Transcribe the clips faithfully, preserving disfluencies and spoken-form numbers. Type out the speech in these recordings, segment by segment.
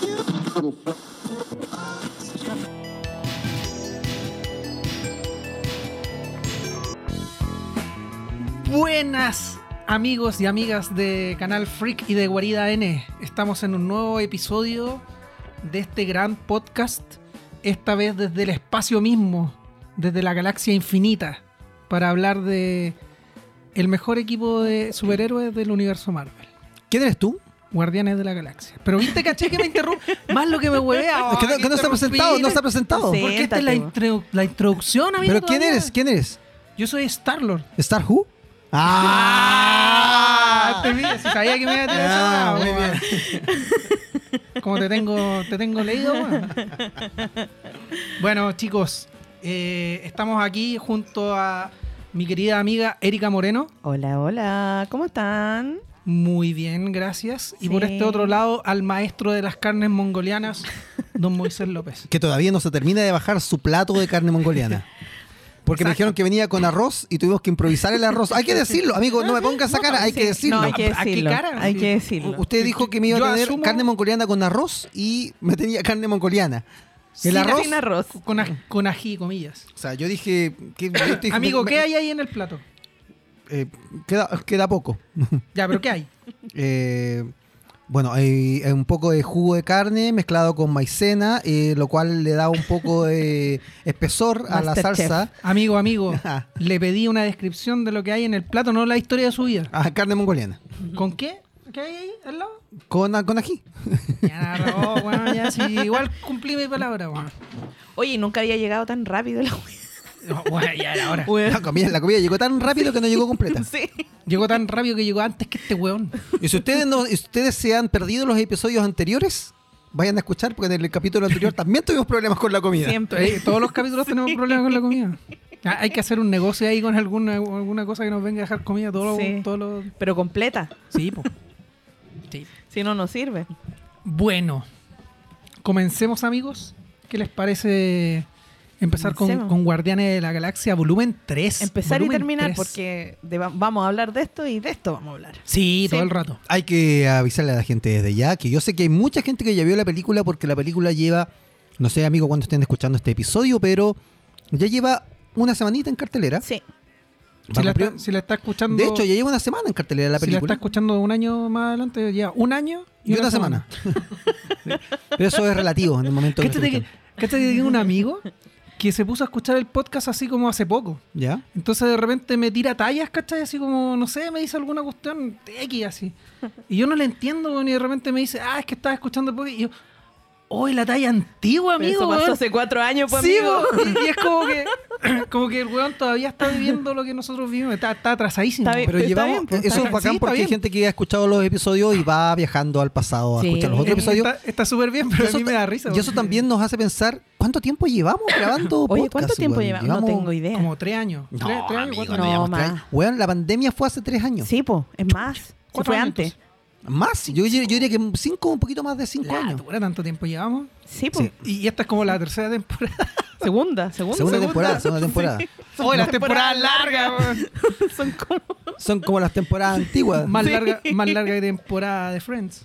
Buenas amigos y amigas de Canal Freak y de Guarida N. Estamos en un nuevo episodio de este gran podcast, esta vez desde el espacio mismo, desde la galaxia infinita, para hablar de el mejor equipo de superhéroes del universo Marvel. ¿Quién eres tú? Guardianes de la Galaxia. Pero viste, caché que me interrumpe más lo que me huevea. Oh, es que no, que no está presentado, no está presentado. Sí, porque esta es la, intro, la introducción, amigo. ¿Pero quién eres? ¿Quién eres? Yo soy Star-Lord. ¿Star Who? ¡Ah! Te vi, si sabía que me iba a tirar ah, esa, muy bien. Como te tengo, te tengo leído, bueno. Bueno, chicos, eh, estamos aquí junto a mi querida amiga Erika Moreno. Hola, hola, ¿cómo están? Muy bien, gracias. Sí. Y por este otro lado, al maestro de las carnes mongolianas, don Moisés López. Que todavía no se termina de bajar su plato de carne mongoliana. Porque Exacto. me dijeron que venía con arroz y tuvimos que improvisar el arroz. Hay que decirlo, amigo, no me pongas esa cara, hay que decirlo. No, hay que decirlo. ¿A qué cara? Hay que decirlo. Usted dijo que me iba Yo a tener asumo... carne mongoliana con arroz y me tenía carne mongoliana. El sin arroz, sin arroz. Con, aj- con ají, comillas. O sea, yo dije... Que, yo te dije amigo, me, ¿qué hay ahí en el plato? Eh, queda, queda poco. Ya, ¿pero qué hay? eh, bueno, hay, hay un poco de jugo de carne mezclado con maicena, eh, lo cual le da un poco de espesor a la salsa. Chef. Amigo, amigo, le pedí una descripción de lo que hay en el plato, no la historia de su vida. Ah, carne mongoliana. ¿Con qué? ¿Qué hay ahí al lado? Con, con ají. Ya, no, bueno, ya, sí, igual cumplí mi palabra, bueno. Oye, nunca había llegado tan rápido la comida. No, bueno, ya era hora. La comida, la comida llegó tan rápido que no llegó completa. Sí. Llegó tan rápido que llegó antes que este weón. Y si ustedes, no, si ustedes se han perdido los episodios anteriores, vayan a escuchar, porque en el capítulo anterior también tuvimos problemas con la comida. Siempre. Eh, todos los capítulos sí. tenemos problemas con la comida. Ah, hay que hacer un negocio ahí con alguna, alguna cosa que nos venga a dejar comida todos sí. los... Todo lo... Pero completa. Sí, po. Sí. Si no, no sirve. Bueno, comencemos, amigos. ¿Qué les parece empezar con, con Guardianes de la Galaxia volumen tres? Empezar volumen y terminar, tres. Porque de, vamos a hablar de esto y de esto vamos a hablar. Sí, sí, todo el rato. Hay que avisarle a la gente desde ya, que yo sé que hay mucha gente que ya vio la película, porque la película lleva, no sé, amigo, cuando estén escuchando este episodio, pero ya lleva una semanita en cartelera. Sí. Si la, está, si la está escuchando... De hecho, ya lleva una semana en cartelera la película. Si la está escuchando un año más adelante, ya un año y, y una, una semana. semana. Pero eso es relativo en el momento que... Cáchate que, cáchate que tengo un amigo que se puso a escuchar el podcast así como hace poco. ¿Ya? Entonces de repente me tira tallas, ¿cachai? Así como, no sé, me dice alguna cuestión X así. Y yo no le entiendo, y de repente me dice, ah, es que estaba escuchando el podcast. Y yo... ¡Oh, la talla antigua, amigo! Pero eso pasó weón. hace cuatro años, pues, sí, amigo. Y, y es como que como que el weón todavía está viviendo lo que nosotros vivimos. Está, está atrasadísimo. Está bien, pero está llevamos... bien, pues, eso está es bacán sí, porque bien. hay gente que ha escuchado los episodios y va viajando al pasado a sí. escuchar los otros episodios. Está súper bien, pero a mí me da risa. Y eso también nos hace pensar, ¿cuánto tiempo llevamos grabando Oye, podcast? ¿cuánto tiempo weón? llevamos? llevamos? No tengo idea. Como tres años. No, tres, tres años, amigo, cuatro no, No, llevamos tres más. años. Weón, la pandemia fue hace tres años. Sí, po, es más. Se Cuatro fue años, antes. entonces. Más, yo, yo diría que cinco, un poquito más de cinco La años. dura, tanto tiempo llevamos. Sí, po. Sí. Y esta es como la tercera temporada. Segunda, segunda. Segunda temporada, segunda temporada. Sí. ¡Oh, las temporadas temporadas largas! weón. Son como... Son como las temporadas antiguas. Más, Sí. larga, más larga que temporada de Friends.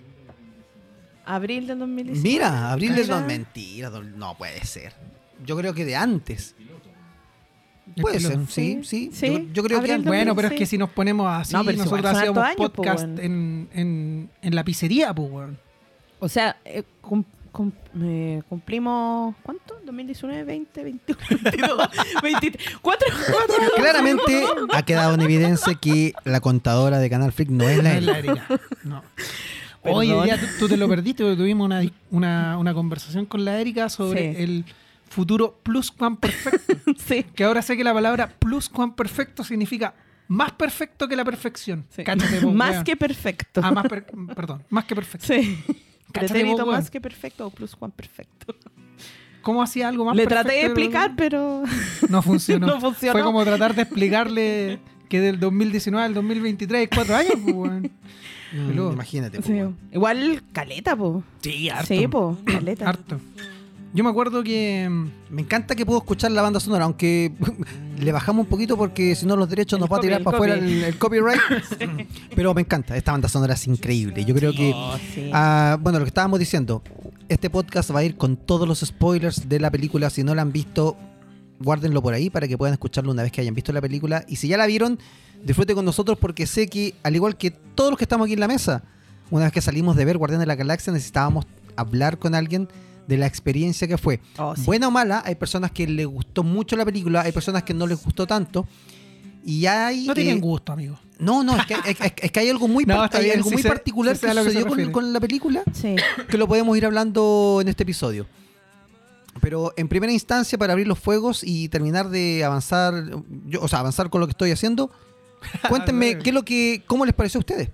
Abril del dos mil diecinueve. Mira, abril del Cacha. dos. Mentira, no puede ser. Yo creo que de antes. Puede El ser, piloto. sí, sí. Sí. Yo, yo creo Abril que del Bueno, pero es sí. que si nos ponemos así, No, pero si nosotros igual son hacíamos hartos años, podcast po, weón. en, en, en la pizzería, pues, weón. O sea, eh, cum- cum- eh, cumplimos... ¿Cuánto? ¿dos mil diecinueve, veinte, veintiuno, veintidós, veintitrés? ¿Cuatro? claramente ha quedado en evidencia que la contadora de Canal Freak no es la No es la Erika. Erika. No. Oye, ya tú, tú te lo perdiste porque tuvimos una, una, una conversación con la Erika sobre Sí. el futuro pluscuamperfecto. Sí. Que ahora sé que la palabra pluscuamperfecto significa más perfecto que la perfección. Sí. Cáchate, po, Más weón. que perfecto. Ah, más per- perdón, más que perfecto. Sí. Cáchate, Pretérito po, weón. más que perfecto o plus Juan perfecto. ¿Cómo hacía algo más Le perfecto? traté de explicar, pero... No funcionó. No funcionó. Fue como tratar de explicarle que del dos mil diecinueve al dos mil veintitrés hay cuatro años, pues, weón. Mm, Peludo. imagínate. po, Sí. weón. Igual caleta, po. Sí, harto. Sí, po, caleta. Harto. Yo me acuerdo que... Me encanta que puedo escuchar la banda sonora, aunque le bajamos un poquito porque si no los derechos El nos va a copy, tirar el para afuera copy. el, el copyright. Pero me encanta, esta banda sonora es increíble. Yo creo que, Oh, sí. ah, bueno, lo que estábamos diciendo, este podcast va a ir con todos los spoilers de la película. Si no la han visto, guárdenlo por ahí para que puedan escucharlo una vez que hayan visto la película. Y si ya la vieron, disfruten con nosotros porque sé que, al igual que todos los que estamos aquí en la mesa, una vez que salimos de ver Guardianes de la Galaxia, necesitábamos hablar con alguien de la experiencia que fue. Oh, sí. Buena o mala, hay personas que les gustó mucho la película, hay personas que no les gustó tanto. Y hay... No tienen eh, gusto, amigo. No, no, es que, es, es que hay algo muy, No, par- está hay bien, algo sí muy sé- particular sí sé que a lo que se sucedió con, refiere. con la película Sí. que lo podemos ir hablando en este episodio. Pero en primera instancia, para abrir los fuegos y terminar de avanzar, yo, o sea, avanzar con lo que estoy haciendo, cuéntenme qué es lo que, cómo les pareció a ustedes.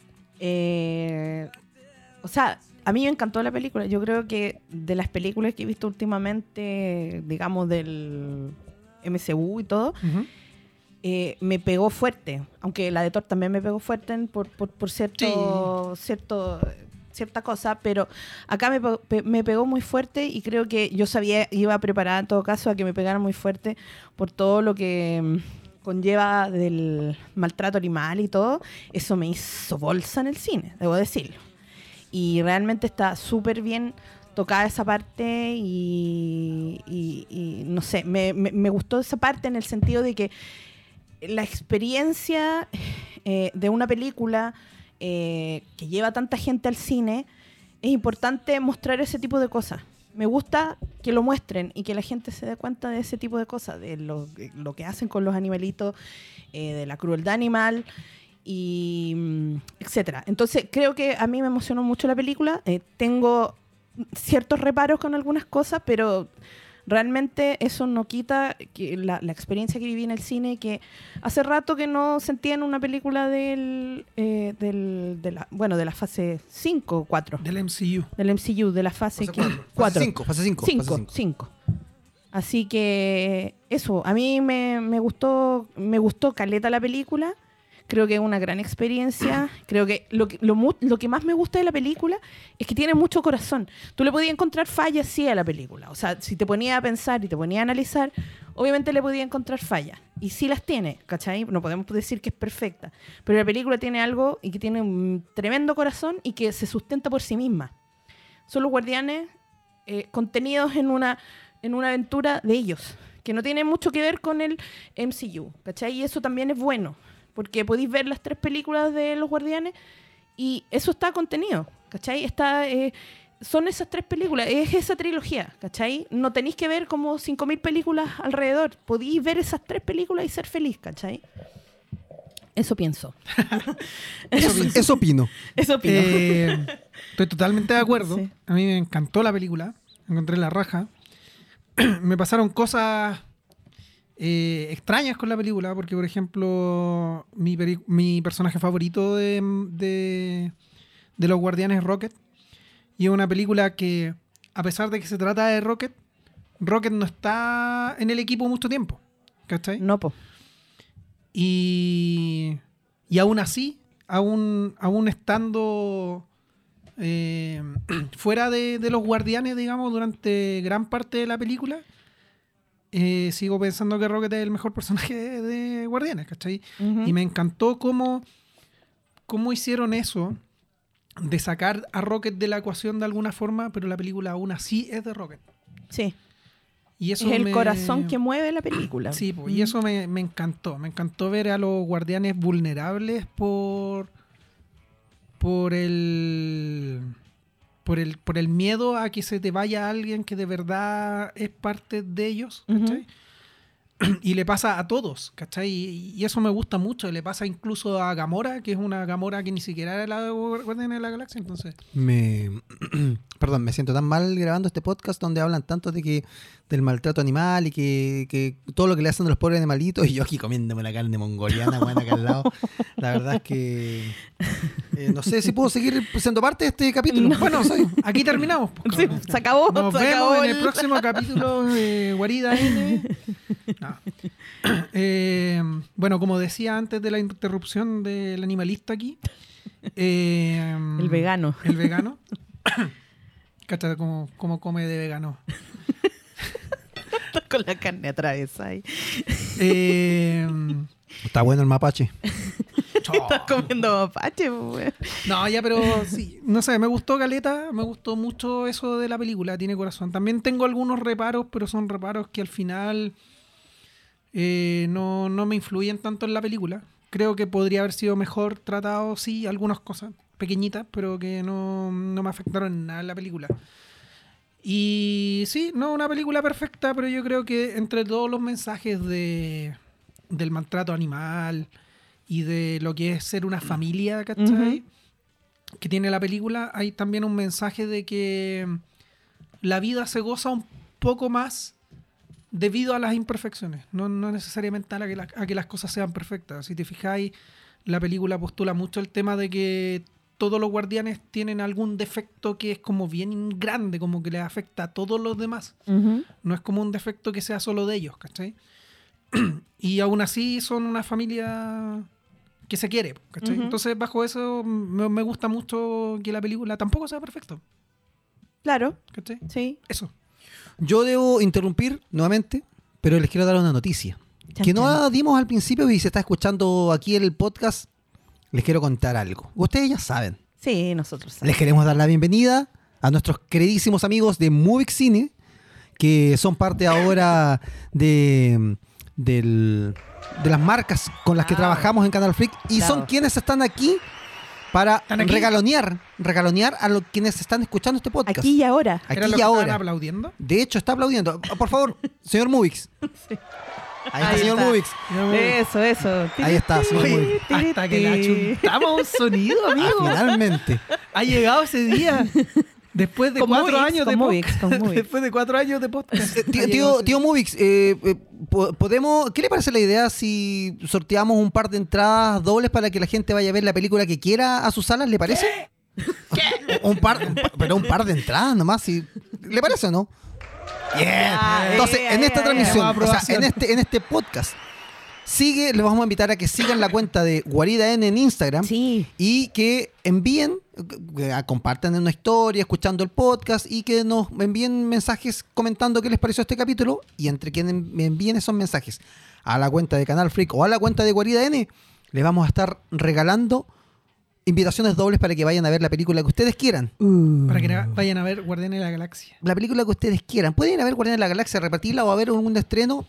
Eh, o sea, a mí me encantó la película. Yo creo que de las películas que he visto últimamente, digamos, del M C U y todo, Ujú. eh, me pegó fuerte. Aunque la de Thor también me pegó fuerte en- por, por, por cierto, cierto, cierta cosa, pero acá me, pe- pe- me pegó muy fuerte y creo que yo sabía, iba preparada en todo caso a que me pegara muy fuerte por todo lo que mm, conlleva del maltrato animal y todo. Eso me hizo bolsa en el cine, debo decirlo. Y realmente está súper bien tocada esa parte y, y- y no sé, me, me- me gustó esa parte en el sentido de que la experiencia eh, de una película eh, que lleva tanta gente al cine, es importante mostrar ese tipo de cosas. Me gusta que lo muestren y que la gente se dé cuenta de ese tipo de cosas, de lo, de lo que hacen con los animalitos, eh, de la crueldad animal, y mm, etcétera. Entonces creo que a mí me emocionó mucho la película. Eh, tengo ciertos reparos con algunas cosas, pero realmente eso no quita que la, la experiencia que viví en el cine, que hace rato que no sentía en una película del, eh, del de la, bueno, de la fase cinco o cuatro, Del M C U. del M C U, de la fase Fase cuatro. Fase cuatro. cinco, fase cinco, Cinco, fase cinco. cinco. Así que eso, a mí me, me gustó, me gustó caleta la película. Creo que es una gran experiencia. Creo que lo, que lo mu- lo que más me gusta de la película es que tiene mucho corazón. Tú le podías encontrar fallas, sí, a la película. O sea, si te ponías a pensar y te ponías a analizar, obviamente le podías encontrar fallas. Y sí las tiene, ¿cachai? No podemos decir que es perfecta. Pero la película tiene algo y que tiene un tremendo corazón y que se sustenta por sí misma. Son los guardianes eh, contenidos en una, en una aventura de ellos, que no tiene mucho que ver con el M C U, ¿cachai? Y eso también es bueno. Porque podéis ver las tres películas de los Guardianes y eso está contenido, ¿cachai? Está, eh, son esas tres películas, es esa trilogía, ¿cachai? No tenéis que ver como cinco mil películas alrededor. Podéis ver esas tres películas y ser feliz, ¿cachai? Eso pienso. Eso, eso opino. Eso opino. Eh, estoy totalmente de acuerdo. Sí. A mí me encantó la película. Encontré la raja. Me pasaron cosas eh, extrañas con la película, porque, por ejemplo, mi, peri- mi personaje favorito de, de, de Los Guardianes es Rocket. Y es una película que, a pesar de que se trata de Rocket, Rocket no está en el equipo mucho tiempo. ¿Cachai? No, po. Y, y aún así, aún, aún estando eh, fuera de, de los guardianes, digamos, durante gran parte de la película, eh, sigo pensando que Rocket es el mejor personaje de, de Guardianes, ¿cachai? Ujú. Y me encantó cómo, cómo hicieron eso, de sacar a Rocket de la ecuación de alguna forma, pero la película aún así es de Rocket. Sí. Y eso Es el me- corazón que mueve la película. Sí, po, y eso me, me encantó. Me encantó ver a los guardianes vulnerables por. por el. por el, por el miedo a que se te vaya alguien que de verdad es parte de ellos, ¿cachai? Y le pasa a todos, ¿cachai? Y, y eso me gusta mucho. Le pasa incluso a Gamora, que es una Gamora que ni siquiera era la de Guardianes de la Galaxia, entonces. Me, perdón, me siento tan mal grabando este podcast donde hablan tanto de que del maltrato animal y que, que todo lo que le hacen a los pobres animalitos y yo aquí comiéndome la carne mongoliana, bueno, acá al lado. La verdad es que eh, no sé si puedo seguir siendo parte de este capítulo. No. Bueno, soy- aquí terminamos. pues, Sí, cabrón. se acabó. Nos se vemos acabó en el próximo capítulo de Guarida N. No. Eh, bueno, como decía antes de la interrupción del animalista aquí, eh, El vegano. El vegano. Cáchate cómo, cómo come de vegano. Con la carne atravesada ahí. Eh, Está bueno el mapache. Estás comiendo mapache, pues. No, ya, pero sí. No sé, me gustó Caleta, me gustó mucho eso de la película, tiene corazón. También tengo algunos reparos, pero son reparos que al final eh, no, no me influyen tanto en la película. Creo que podría haber sido mejor tratado, sí, algunas cosas pequeñitas, pero que no, no me afectaron en nada en la película. Y sí, no una película perfecta, pero yo creo que entre todos los mensajes de, del maltrato animal y de lo que es ser una familia, ¿cachai? Uh-huh. Que tiene la película, hay también un mensaje de que la vida se goza un poco más debido a las imperfecciones, no, no necesariamente a, la que la, a que las cosas sean perfectas. Si te fijáis, la película postula mucho el tema de que todos los guardianes tienen algún defecto que es como bien grande, como que les afecta a todos los demás. Uh-huh. No es como un defecto que sea solo de ellos, ¿cachai? Y aún así son una familia que se quiere, ¿cachai? Uh-huh. Entonces, bajo eso, me, me gusta mucho que la película tampoco sea perfecta. Claro. ¿Cachai? Sí. Eso. Yo debo interrumpir nuevamente, pero les quiero dar una noticia. Chan, que no chan. dimos al principio y se está escuchando aquí el podcast. Les quiero contar algo. Ustedes ya saben. Sí, nosotros sabemos. Les queremos dar la bienvenida a nuestros queridísimos amigos de Movix Cine, que son parte ahora de, del, de las marcas con las que ah, trabajamos en Canal Freak. Y claro. son quienes están aquí para aquí? regalonear, regalonear a los quienes están escuchando este podcast. Aquí y ahora. Aquí ¿Era lo y que ahora. ¿Están aplaudiendo? De hecho, está aplaudiendo. Por favor, señor Movix. Sí. Ahí está, Ahí señor está. Movix. Eso, eso. Ahí está, señor Movix. Hasta que le achuntamos un sonido, amigo. Ah, finalmente. Ha llegado ese día. Después de con cuatro Movix, años de Movix, podcast. Después de cuatro años de podcast. Tío, tío, tío Movix, eh, eh, podemos, ¿qué le parece la idea si sorteamos un par de entradas dobles para que la gente vaya a ver la película que quiera a sus salas? ¿Le parece? ¿Qué? Un par, un par, pero un par de entradas nomás. Si, ¿le parece o no? Bien. Yeah. Entonces, en esta transmisión, o sea, en este, en este podcast, sigue, les vamos a invitar a que sigan la cuenta de Guarida N en Instagram. Sí. Y que envíen, que compartan una historia, escuchando el podcast, y que nos envíen mensajes comentando qué les pareció este capítulo. Y entre quienes me envíen esos mensajes a la cuenta de Canal Freak o a la cuenta de Guarida N, les vamos a estar regalando invitaciones dobles para que vayan a ver la película que ustedes quieran. Uh. Para que vayan a ver Guardianes de la Galaxia. La película que ustedes quieran. Pueden ir a ver Guardianes de la Galaxia, repetirla o a ver un estreno.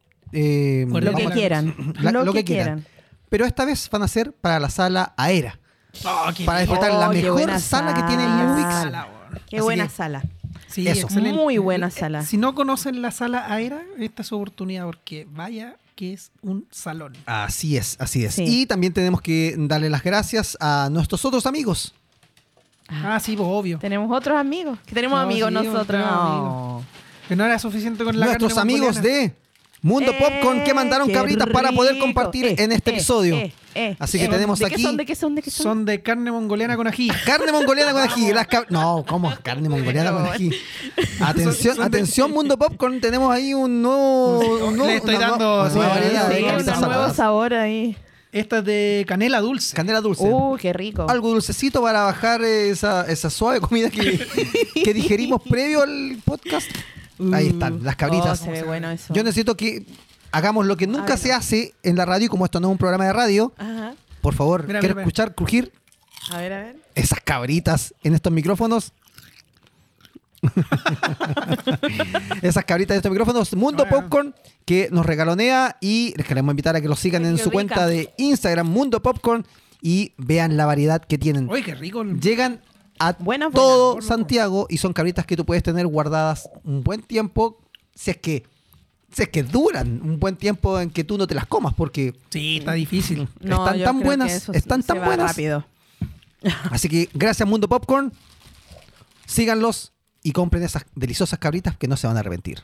Eh, lo que quieran. La, lo, lo que, que quieran. quieran. Pero esta vez van a ser para la sala Aera. Oh, para disfrutar oh, la mejor sala, sala que tiene Movix. Qué Así buena que, sala. Sí, eso. Excelente. Muy buena sala. Si no conocen la sala Aera, esta es su oportunidad, porque vaya que es un salón. Así es, así es. Sí. Y también tenemos que darle las gracias a nuestros otros amigos. Ah, sí, pues obvio. Tenemos otros amigos. Que tenemos no, amigos sí, nosotros. Tenemos no. amigos. Que no era suficiente con la Nuestros amigos de Mundo eh, Popcorn que mandaron cabritas rico. para poder compartir eh, en este eh, episodio. Eh, eh, Así eh, que tenemos ¿de aquí. Qué son, ¿De qué son? ¿De qué son? Son de carne mongoliana con ají. Carne mongoliana con ají. Las cab... No, ¿cómo? Carne mongoliana con ají. Atención, son, son atención, de... Mundo Popcorn. Tenemos ahí un nuevo. Un nuevo Le estoy una, dando. Una, sí, una variedad sí, de un nuevo sabor ahí. Esta es de canela dulce. Canela dulce. Uh, qué rico. Algo dulcecito para bajar esa, esa suave comida que, que digerimos previo al podcast. Uh, ahí están, las cabritas. Oh, se ve bueno eso. Yo necesito que hagamos lo que nunca se hace en la radio, como esto no es un programa de radio. Ajá. Por favor, mira, quiero mira, escuchar mira. crujir a ver, a ver. esas cabritas en estos micrófonos. Esas cabritas de estos micrófonos. Mundo bueno. Popcorn, que nos regalonea, y les queremos invitar a que lo sigan Ay, en su rica. cuenta de Instagram, Mundo Popcorn, y vean la variedad que tienen. Uy, qué rico. Llegan a buena, buena. todo Buena. Santiago y son cabritas que tú puedes tener guardadas un buen tiempo, si es que si es que duran un buen tiempo en que tú no te las comas, porque Sí, está difícil. No, están yo tan creo buenas, que eso están se tan va buenas. rápido. Así que gracias, Mundo Popcorn. Síganlos y compren esas deliciosas cabritas que no se van a arrepentir.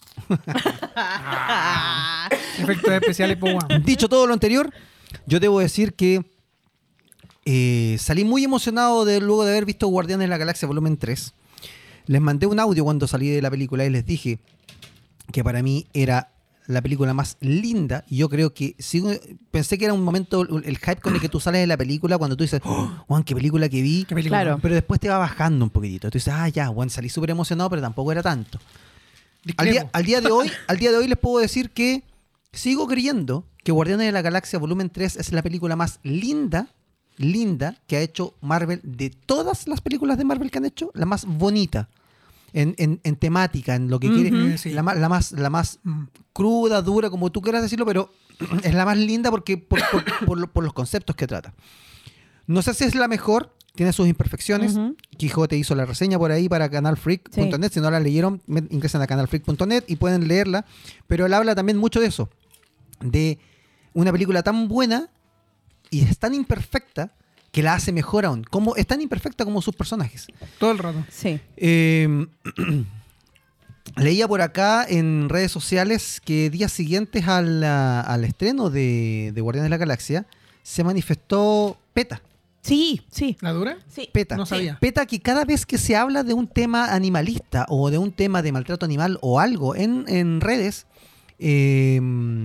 Ah, efectos especiales, po, guau. Dicho todo lo anterior, yo debo decir que eh, salí muy emocionado de, luego de haber visto Guardianes de la Galaxia Volumen tres. Les mandé un audio cuando salí de la película y les dije que para mí era la película más linda. Y yo creo que sí, pensé que era un momento, el hype con el que tú sales de la película, cuando tú dices, oh, Juan, qué película que vi. ¿Qué película? Claro. Pero después te va bajando un poquitito. Tú dices, ah, ya, Juan, salí súper emocionado, pero tampoco era tanto. al, día, al, día de hoy, al día de hoy les puedo decir que sigo creyendo que Guardianes de la Galaxia Volumen tres es la película más linda, linda que ha hecho Marvel de todas las películas de Marvel que han hecho, la más bonita. En, en, en temática, en lo que uh-huh, quiere, sí. la, más, la, más, la más cruda, dura, como tú quieras decirlo, pero es la más linda porque por, por, por, por los conceptos que trata. No sé si es la mejor, tiene sus imperfecciones. Uh-huh. Quijote hizo la reseña por ahí para canal freak punto net. Sí. Si no la leyeron, ingresen a canal freak punto net y pueden leerla. Pero él habla también mucho de eso, de una película tan buena y es tan imperfecta que la hace mejor aún. Como, es tan imperfecta como sus personajes. Todo el rato. Sí. Eh, leía por acá en redes sociales que días siguientes al, al estreno de, de Guardianes de la Galaxia se manifestó PETA. Sí, sí. ¿La dura? Sí. PETA. No sabía. PETA, que cada vez que se habla de un tema animalista o de un tema de maltrato animal o algo en, en redes, eh,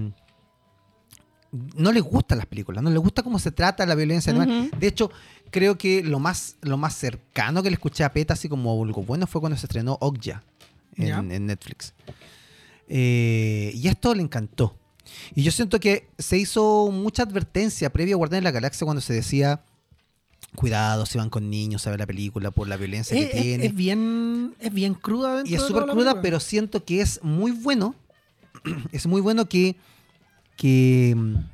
no les gustan las películas, no les gusta cómo se trata la violencia animal. Uh-huh. De hecho, creo que lo más, lo más cercano que le escuché a PETA, así como algo bueno, fue cuando se estrenó Okja en, en Netflix. Eh, y esto le encantó. Y yo siento que se hizo mucha advertencia previa a Guardianes de la Galaxia cuando se decía, cuidado, si van con niños a ver la película por la violencia es, que tiene. Es bien, es bien cruda dentro y es de súper cruda, pero siento que es muy bueno. Es muy bueno que que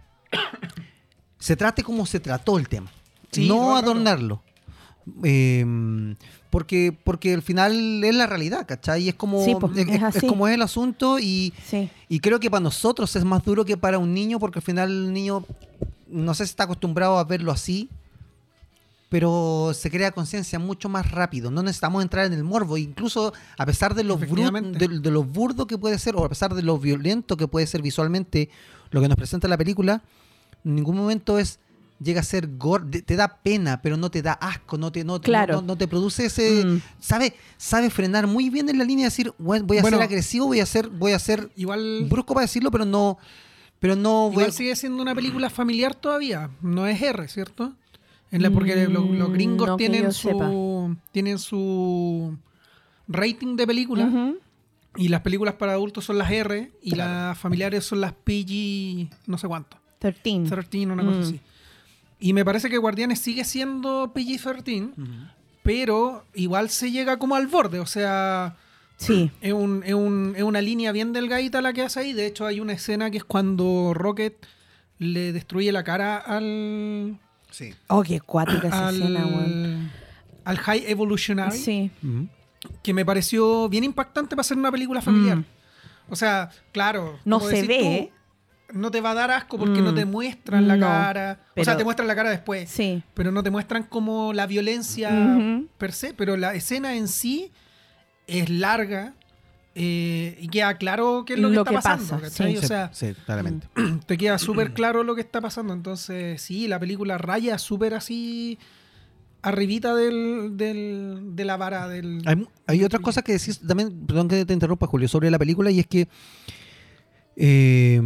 se trate como se trató el tema, sí, no claro, adornarlo, eh, porque porque al final es la realidad, ¿cachai? Es como, sí, pues, es, es, es como es el asunto y, sí. y creo que para nosotros es más duro que para un niño, porque al final el niño no sé si está acostumbrado a verlo así, pero se crea conciencia mucho más rápido. No necesitamos entrar en el morbo. Incluso a pesar de lo, bru- de, de lo burdo que puede ser, o a pesar de lo violento que puede ser visualmente lo que nos presenta la película, en ningún momento es llega a ser gore. Te da pena, pero no te da asco, no te, no, claro. no, no, no te produce ese... Mm. Sabe, sabe frenar muy bien en la línea de decir, voy a bueno, ser agresivo, voy a ser, voy a ser igual brusco para decirlo, pero no... Pero no igual voy a... sigue siendo una película familiar todavía. No es R, ¿cierto? En la, porque los, los gringos no tienen su sepa. tienen su rating de película uh-huh. y las películas para adultos son las R y claro. las familiares son las P G no sé cuánto. trece. trece, una mm. cosa así. Y me parece que Guardianes sigue siendo P G trece, uh-huh. pero igual se llega como al borde, o sea... Sí. Es, un, es, un, es una línea bien delgadita la que hace ahí. De hecho, hay una escena que es cuando Rocket le destruye la cara al... Sí. Oh, qué cuática esa al, escena, weón. Al High Evolutionary. Sí. Uh-huh. Que me pareció bien impactante para hacer una película familiar. Mm. O sea, claro. No se ve. Tú, no te va a dar asco porque mm. no te muestran la no, cara. pero, o sea, te muestran la cara después. Sí. Pero no te muestran como la violencia uh-huh. per se. Pero la escena en sí es larga. Eh, y queda claro qué es lo que lo está que pasando. Pasa, ¿cachai? sí. O sea, sí, claramente. Te queda súper claro lo que está pasando. Entonces, sí, la película raya súper así arribita del, del, de la vara del... Hay, hay otras cosas que decís también, perdón que te interrumpa, Julio, sobre la película, y es que eh,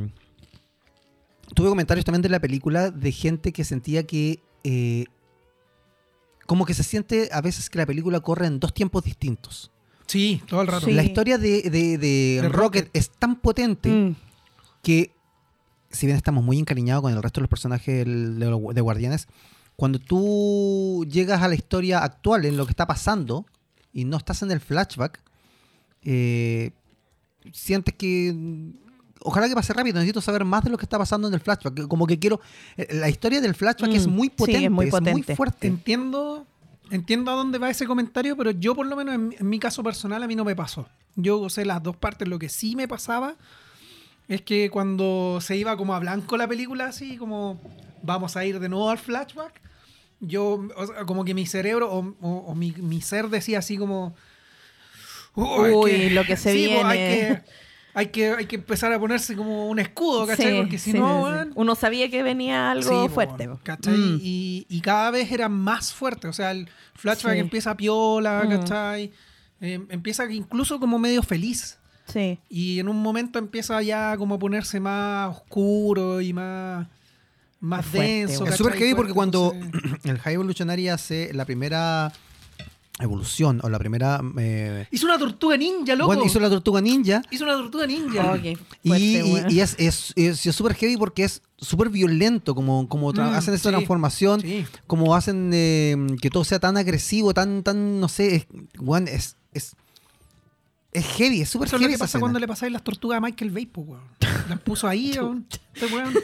tuve comentarios también de la película de gente que sentía que eh, como que se siente a veces que la película corre en dos tiempos distintos. Sí, todo el rato. Sí. La historia de, de, de, de Rocket, Rocket es tan potente mm. que, si bien estamos muy encariñados con el resto de los personajes de, de Guardianes, cuando tú llegas a la historia actual, en lo que está pasando, y no estás en el flashback, eh, sientes que... Ojalá que pase rápido, necesito saber más de lo que está pasando en el flashback. Como que quiero... La historia del flashback mm. es muy potente, sí, es, muy potente, es muy fuerte. Entiendo... Entiendo a dónde va ese comentario, pero yo por lo menos en, en mi caso personal a mí no me pasó. Yo sé las dos partes. Lo que sí me pasaba es que cuando se iba como a blanco la película, así como vamos a ir de nuevo al flashback, yo o sea, como que mi cerebro o, o, o mi, mi ser decía así como uy, que, lo que se sí, viene. Pues, hay que, hay que hay que empezar a ponerse como un escudo, ¿cachai? Sí, porque si sí, no, sí, bueno, sí. Uno sabía que venía algo sí, fuerte, ¿cachai? Mm. Y, y cada vez era más fuerte, o sea, el flashback sí. empieza piola, mm. ¿cachai? Eh, empieza incluso como medio feliz. Sí. Y en un momento empieza ya como a ponerse más oscuro y más, más fuerte, denso. Es súper heavy porque cuando entonces... el High Evolutionary hace la primera evolución o la primera... Eh, hizo una tortuga ninja, loco. bueno, hizo la tortuga ninja. Hizo una tortuga ninja. Oh, qué Y, fuerte, y- weón. y es es es- es súper heavy porque es súper violento como, como tra- Mm, hacen esa sí. transformación, Sí. como hacen eh, que todo sea tan agresivo, tan, tan no sé, es, weón, es, es, es heavy, es súper Eso es heavy lo que esa pasa escena. cuando le pasáis las tortugas a Michael Bay, po, weón. Las puso ahí, weón. Este weón.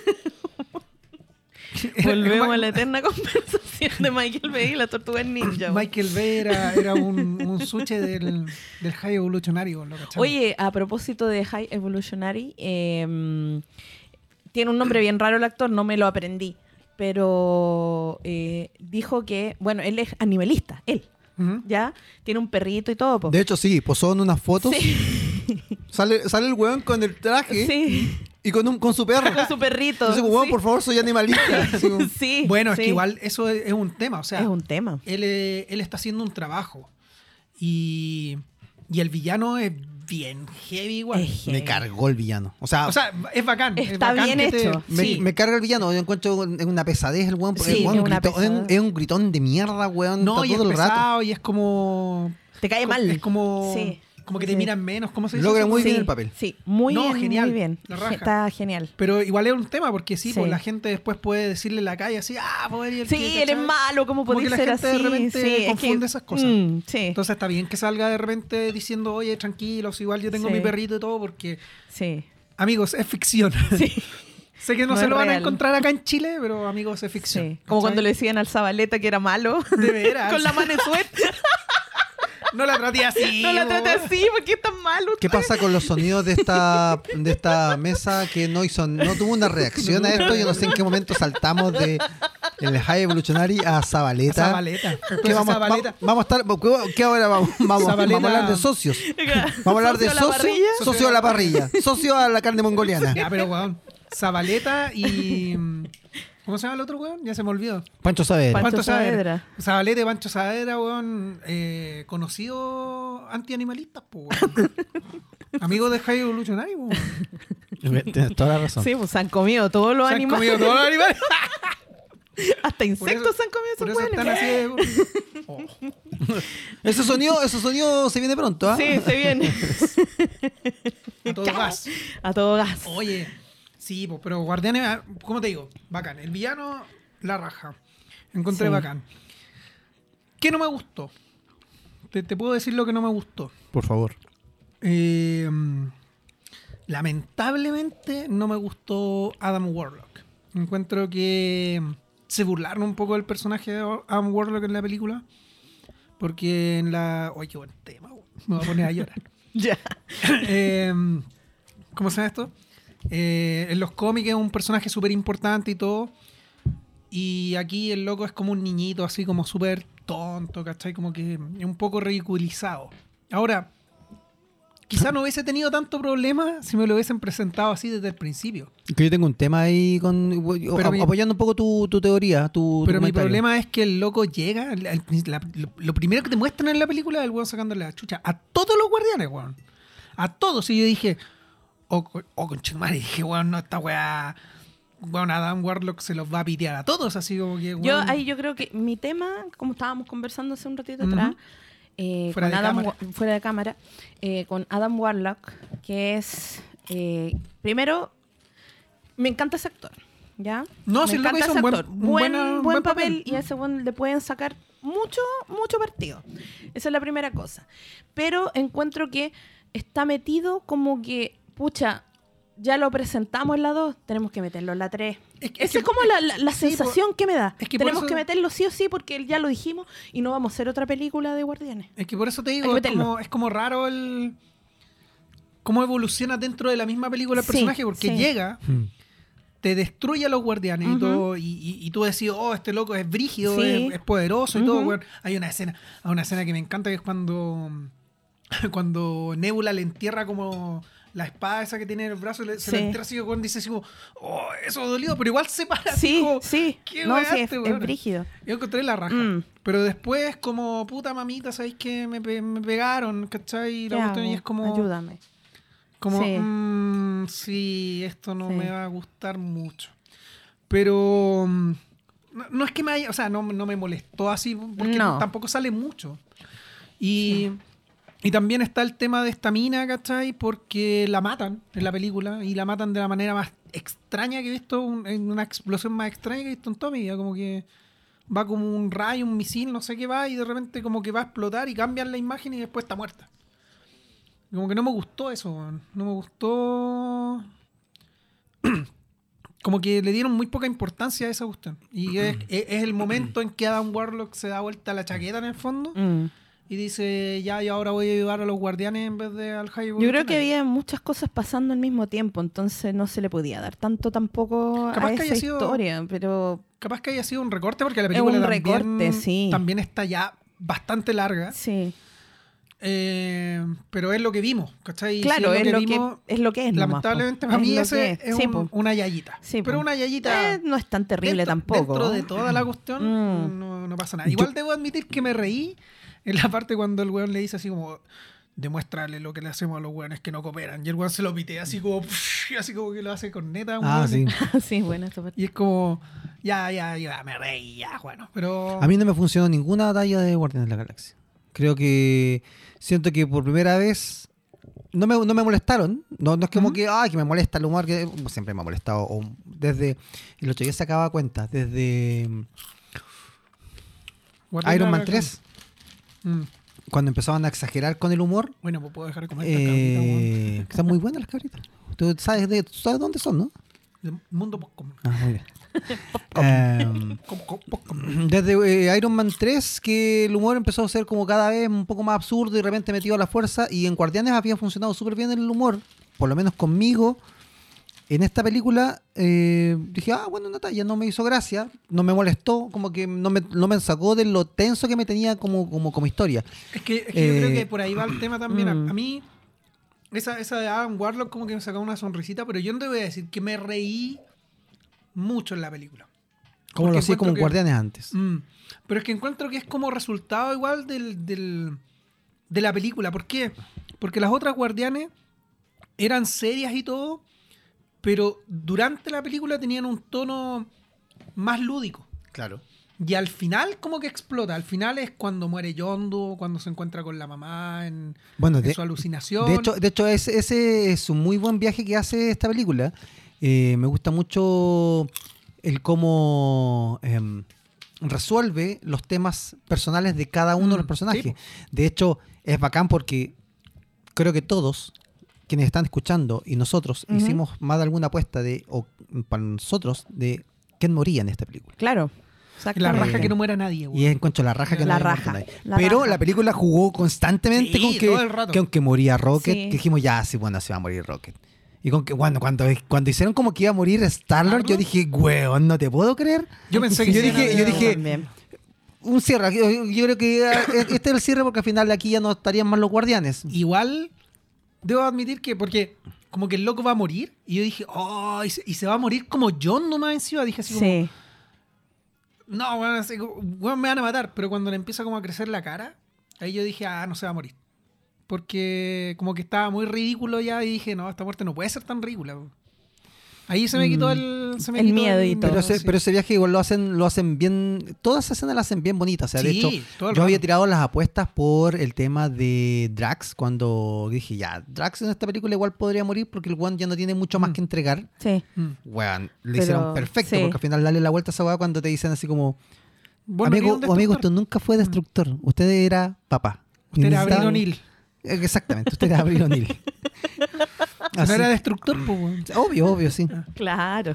Era- Volvemos Ma- a la eterna conversación de Michael Bay y la tortuga ninja. weón. Michael Bay era, era un, un suche del, del High Evolutionary, weón, ¿lo cachamos? Oye, a propósito de High Evolutionary, eh, tiene un nombre bien raro el actor, no me lo aprendí, pero eh, dijo que, bueno, él es animalista, él, Ujú. ¿ya? Tiene un perrito y todo. po. De hecho, sí, posó en unas fotos. Sí. Sale, sale el weón con el traje Sí, y con, un, con su perro. con su perrito. Entonces, weón, sí. por favor, soy animalista. Así como- Sí, Bueno, es sí. que igual eso es, es un tema, o sea, es un tema. él, eh, él está haciendo un trabajo y, y el villano es bien heavy igual. Es Me heavy. cargó el villano. O sea, O sea, es bacán. es Está bacán bien que te- hecho. me, sí. me carga el villano. Yo encuentro es una pesadez el weón. Sí, el weón es una gritó- es, un, pesadez. es un gritón de mierda, weón. No, está y es todo el rato. pesado y es como... Te cae como- mal. Es como... Sí. Como que te Sí. miran menos, ¿cómo se dice? Logra eso? muy Sí, bien el papel. Sí, muy No, bien, genial, muy bien. la raja. Está genial. Pero igual es un tema, porque sí, Sí. pues la gente después puede decirle en la calle así, ah, poder ir. Sí, eres malo, ¿cómo Como podés que la ser gente así? de repente Sí, es confunde que- esas cosas. Mm, sí, Entonces está bien que salga de repente diciendo, oye, tranquilos, igual yo tengo Sí. mi perrito y todo, porque, sí, amigos, es ficción. sí. Sé que no, No se es lo van a real. encontrar acá en Chile, pero amigos, es ficción. Sí. Como cuando le ¿Cachai? decían al Zabaleta que era malo. De veras. Con la mano en suerte. No la traté así. No la po. trate así, porque es tan malo. ¿Qué pasa con los sonidos de esta, de esta mesa que no hizo, no tuvo una reacción a esto? Yo no sé en qué momento saltamos de el High Evolutionary a Zabaleta. Zabaleta. ¿Qué Entonces, vamos, Zabaleta. va- vamos a estar? ¿Qué, qué ahora vamos? Vamos, Zabaleta- vamos a hablar de socios. Vamos a hablar de ¿Socio a la socio, parrilla? socio a la parrilla, socio a la carne mongoliana. Ya, pero weón. Zabaleta y. ¿Cómo se llama el otro weón? Ya se me olvidó. Pancho Saavedra. Pancho Saavedra. Zabaleta y Pancho Saavedra, weón. Eh, conocidos antianimalistas, po, weón. Amigos de High Evolutionary, po, weón. Tienes toda la razón. Sí, pues se han comido todos los Se han animales. comido todos los animales. Hasta Por insectos eso- se han comido Por esos eso están hueones. así de... Oh. Ese sonido, ese sonido se viene pronto, ¿ah? Sí, se viene. A todo gas. A todo gas. Oye, sí, pues, pero Guardianes, ah, ¿cómo te digo? Bacán. El villano, la raja. Encontré Sí. bacán. ¿Qué no me gustó? Te, te puedo decir lo que no me gustó. Por favor. Eh, lamentablemente no me gustó Adam Warlock. Encuentro que se burlaron un poco del personaje de Adam Warlock en la película. Porque en la... Oye, qué buen tema. güey. Me voy a poner a llorar. Ya. Eh, ¿Cómo se llama esto? Eh, en los cómics es un personaje súper importante y todo. Y aquí el loco es como un niñito, así como súper tonto, ¿cachai? Como que es un poco ridiculizado. Ahora, quizá no hubiese tenido tanto problema si me lo hubiesen presentado así desde el principio. Que yo tengo un tema ahí con Pero a- mi- apoyando un poco tu, tu teoría, tu Pero tu mi comentario. problema es que el loco llega, al- al- la- lo, lo primero que te muestran en la película es el weón sacándole la chucha a todos los guardianes, weón. A todos. Y yo dije, oh, co- oh conchetumare, dije, weón, no, esta weá, weón, Adam Warlock se los va a pitear a todos, así como que, weón. Yo ahí yo creo que mi tema, como estábamos conversando hace un ratito Ujú. atrás, eh, Fuera con de Adam cámara. Wa- fuera de cámara, eh, con Adam Warlock, que es eh, primero me encanta ese actor, ¿ya? No, me si el loco encanta hizo ese un buen- actor. un buen, buena- buen buen papel, papel. y a ese buen le pueden sacar mucho, mucho partido. Esa es la primera cosa. Pero encuentro que está metido como que, pucha, ya lo presentamos en la dos, tenemos que meterlo en la tres. Es que- es Esa que- es como la, la- la sí, sensación que me da. es que por tenemos eso- que meterlo sí o sí porque ya lo dijimos y no vamos a hacer otra película de Guardianes. Es que por eso te Hay digo, que es meterlo. como, es como raro el... cómo evoluciona dentro de la misma película el Sí, personaje, porque sí. llega, Hmm. te destruye a los guardianes y Ujú. todo, y, y- y tú decís, oh, este loco es brígido, Sí. es, es poderoso y todo, Ujú. weón. Hay una escena, hay una escena que me encanta, que es cuando, cuando Nebula le entierra como la espada esa que tiene en el brazo, le- se Sí. la entierra así, weón, dice así como, oh, eso dolió, pero igual se para así Sí, como, sí. ¿qué No, weá sí, es, este, es weón? brígido. Yo encontré la raja. Mm. Pero después, como puta mamita, ¿sabéis que me, pe- me pegaron? ¿Cachai? Y la ¿Qué cuestión y hago? es como. Ayúdame. Como, Sí. mm, sí, esto no Sí. me va a gustar mucho. Pero. mm, No, no es que me haya. O sea, no, no me molestó así, porque No. tampoco sale mucho. Y, y también está el tema de esta mina, ¿cachai? Porque la matan en la película y la matan de la manera más extraña que he visto, un- en una explosión más extraña que he visto en toda mi vida. Como que va como un rayo, un misil, no sé qué va, y de repente como que va a explotar y cambian la imagen y después está muerta. Como que no me gustó eso, weón. No me gustó... Como que le dieron muy poca importancia a esa cuestión. Y es, es- es el momento en que Adam Warlock se da vuelta la chaqueta en el fondo Mm. y dice, ya, yo ahora voy a ayudar a los guardianes en vez de al High Yo creo que Evolutionary. había muchas cosas pasando al mismo tiempo, entonces no se le podía dar tanto tampoco Capaz a que esa haya sido- historia, pero Capaz que haya sido un recorte porque la Es película un también, recorte, sí. también está ya bastante larga. sí. Eh, pero es lo que vimos, ¿cachai? Y si Claro, es lo, vimos, que, es lo que es. nomás, lamentablemente po. para mí lo ese que es, es. Sí, un- po. una yayita. Sí, pero po. una yayita... Eh, no es tan terrible dentro, tampoco. Dentro de toda la cuestión Mm. no, no pasa nada. Igual debo admitir que me reí en la parte cuando el weón le dice así como demuéstrale lo que le hacemos a los weones que no cooperan. Y el weón se lo pitea así como así como que lo hace con neta. un Ah, weón. sí. sí, bueno, esa parte. Y es como ya, ya, ya, me reí, ya, bueno. Pero A mí no me funcionó ninguna batalla de Guardianes de la Galaxia. Creo que siento que por primera vez no me, no me molestaron. No, no es como Ujú. que, ay, que me molesta el humor, que siempre me ha molestado. O desde el otro día se acaba cuenta, desde Guardián Iron de la Man tres, Mm. cuando empezaban a exagerar con el humor. Bueno, pues puedo dejar de comer esta cabrita, weón. Eh, que están muy buenas las cabritas. Tú sabes, de, tú sabes dónde son, ¿no? Del mundo Popcorn. Ah, muy bien. Em, Com- com- Popcorn. Desde eh, Iron Man tres que el humor empezó a ser como cada vez un poco más absurdo y de repente metido a la fuerza, y en Guardianes había funcionado súper bien el humor, por lo menos conmigo. En esta película eh, dije, ah, bueno, Natalia, no me hizo gracia, no me molestó, como que no me, no me sacó de lo tenso que me tenía como, como, como historia. Es que, es que yo Eh, creo que por ahí va el tema también. A, mm. a mí, esa, esa de Adam Warlock como que me sacó una sonrisita, pero yo no te voy a decir que me reí mucho en la película. Como Porque lo hacía como encuentro que- Guardianes antes. Mm, pero es que encuentro que es como resultado igual del, del- de la película. ¿Por qué? Porque las otras Guardianes eran serias y todo, pero durante la película tenían un tono más lúdico. Claro. Y al final como que explota. Al final es cuando muere Yondu, cuando se encuentra con la mamá en, Bueno, en de, su alucinación. de hecho, de hecho ese, ese es un muy buen viaje que hace esta película. Eh, me gusta mucho el cómo em, resuelve los temas personales de cada uno Mm, de los personajes. sí, po. De hecho, es bacán porque creo que todos quienes están escuchando y nosotros Ujú. hicimos más de alguna apuesta de, o para nosotros, de quién moría en esta película. Claro. la exactamente. raja que no muera nadie. Y güey. encuentro la raja que La no había raja, muerto nadie. la Pero raja. la película jugó constantemente Sí, con que, todo el rato. que aunque moría Rocket, Sí. que dijimos ya, sí, bueno, se va a morir Rocket. Y con que cuando, cuando, cuando hicieron como que iba a morir Star-Lord, yo ¿Star-Lord? dije, weón, no te puedo creer. Yo pensé que yo sí dije, era- yo dije, También. un cierre. Yo, yo creo que ah, este es el cierre porque al final de aquí ya no estarían más los guardianes. Igual, debo admitir que, porque como que el loco va a morir, y yo dije, oh, y se, y se va a morir como John nomás encima. Dije así como, Sí. no, bueno, así como, bueno, me van a matar. Pero cuando le empieza como a crecer la cara, ahí yo dije, ah, no se va a morir. Porque como que estaba muy ridículo ya, y dije, no, esta muerte no puede ser tan ridícula. Ahí se me quitó el, se me El quitó miedo y todo. Pero ese, sí. pero ese viaje igual lo hacen, lo hacen bien, todas esas escenas las hacen bien bonitas. O sea, de Sí, hecho, todo el yo había rato. tirado las apuestas por el tema de Drax, cuando dije, ya, Drax en esta película igual podría morir porque el one ya no tiene mucho más Mm. que entregar. Sí. Mm. Weón, le Pero, hicieron perfecto, sí. porque al final darle la vuelta a esa weá cuando te dicen así como, Bueno, amigo, ni un o amigo, destructor. usted nunca fue destructor, usted era papá. Usted era Necesitaba- Abril O'Neill. Eh, Exactamente, usted era Abril O'Neill. No Así- era destructor, pues, weón. Obvio, obvio, sí. Claro.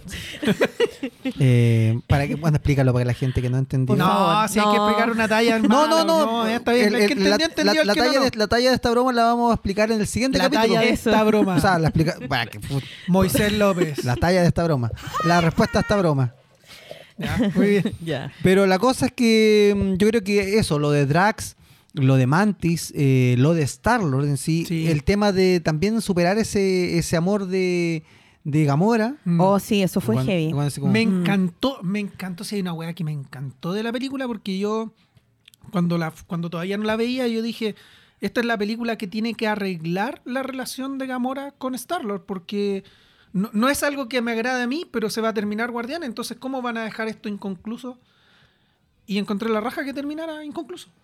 Eh, para que, bueno, explícalo para la gente que no entendió. Por No, favor, si hay que no. explicar una talla. No, no, hermano, no. ya está bien. El- El, que el- la, entendió, entendió. la- El la que talla no, de, la talla de esta broma la vamos a explicar en el siguiente La capítulo. talla de Eso. esta broma. O sea, la explica... Bah, que put- Moisés López. la talla de esta broma. La respuesta a esta broma. Ya, muy bien. Ya. Pero la cosa es que mm, yo creo que eso, lo de Drax, lo de Mantis, eh, lo de Star-Lord en sí, Sí. el tema de también superar ese, ese amor de, de Gamora. Mm. Oh, sí, eso fue Cuando- heavy. cuando así como- Me Mm. encantó, me encantó, si hay una weá que me encantó de la película, porque yo, cuando, la, cuando todavía no la veía, yo dije, esta es la película que tiene que arreglar la relación de Gamora con Star-Lord, porque no, no es algo que me agrade a mí, pero se va a terminar Guardián, entonces ¿cómo van a dejar esto inconcluso? Y encontré la raja que terminara inconcluso.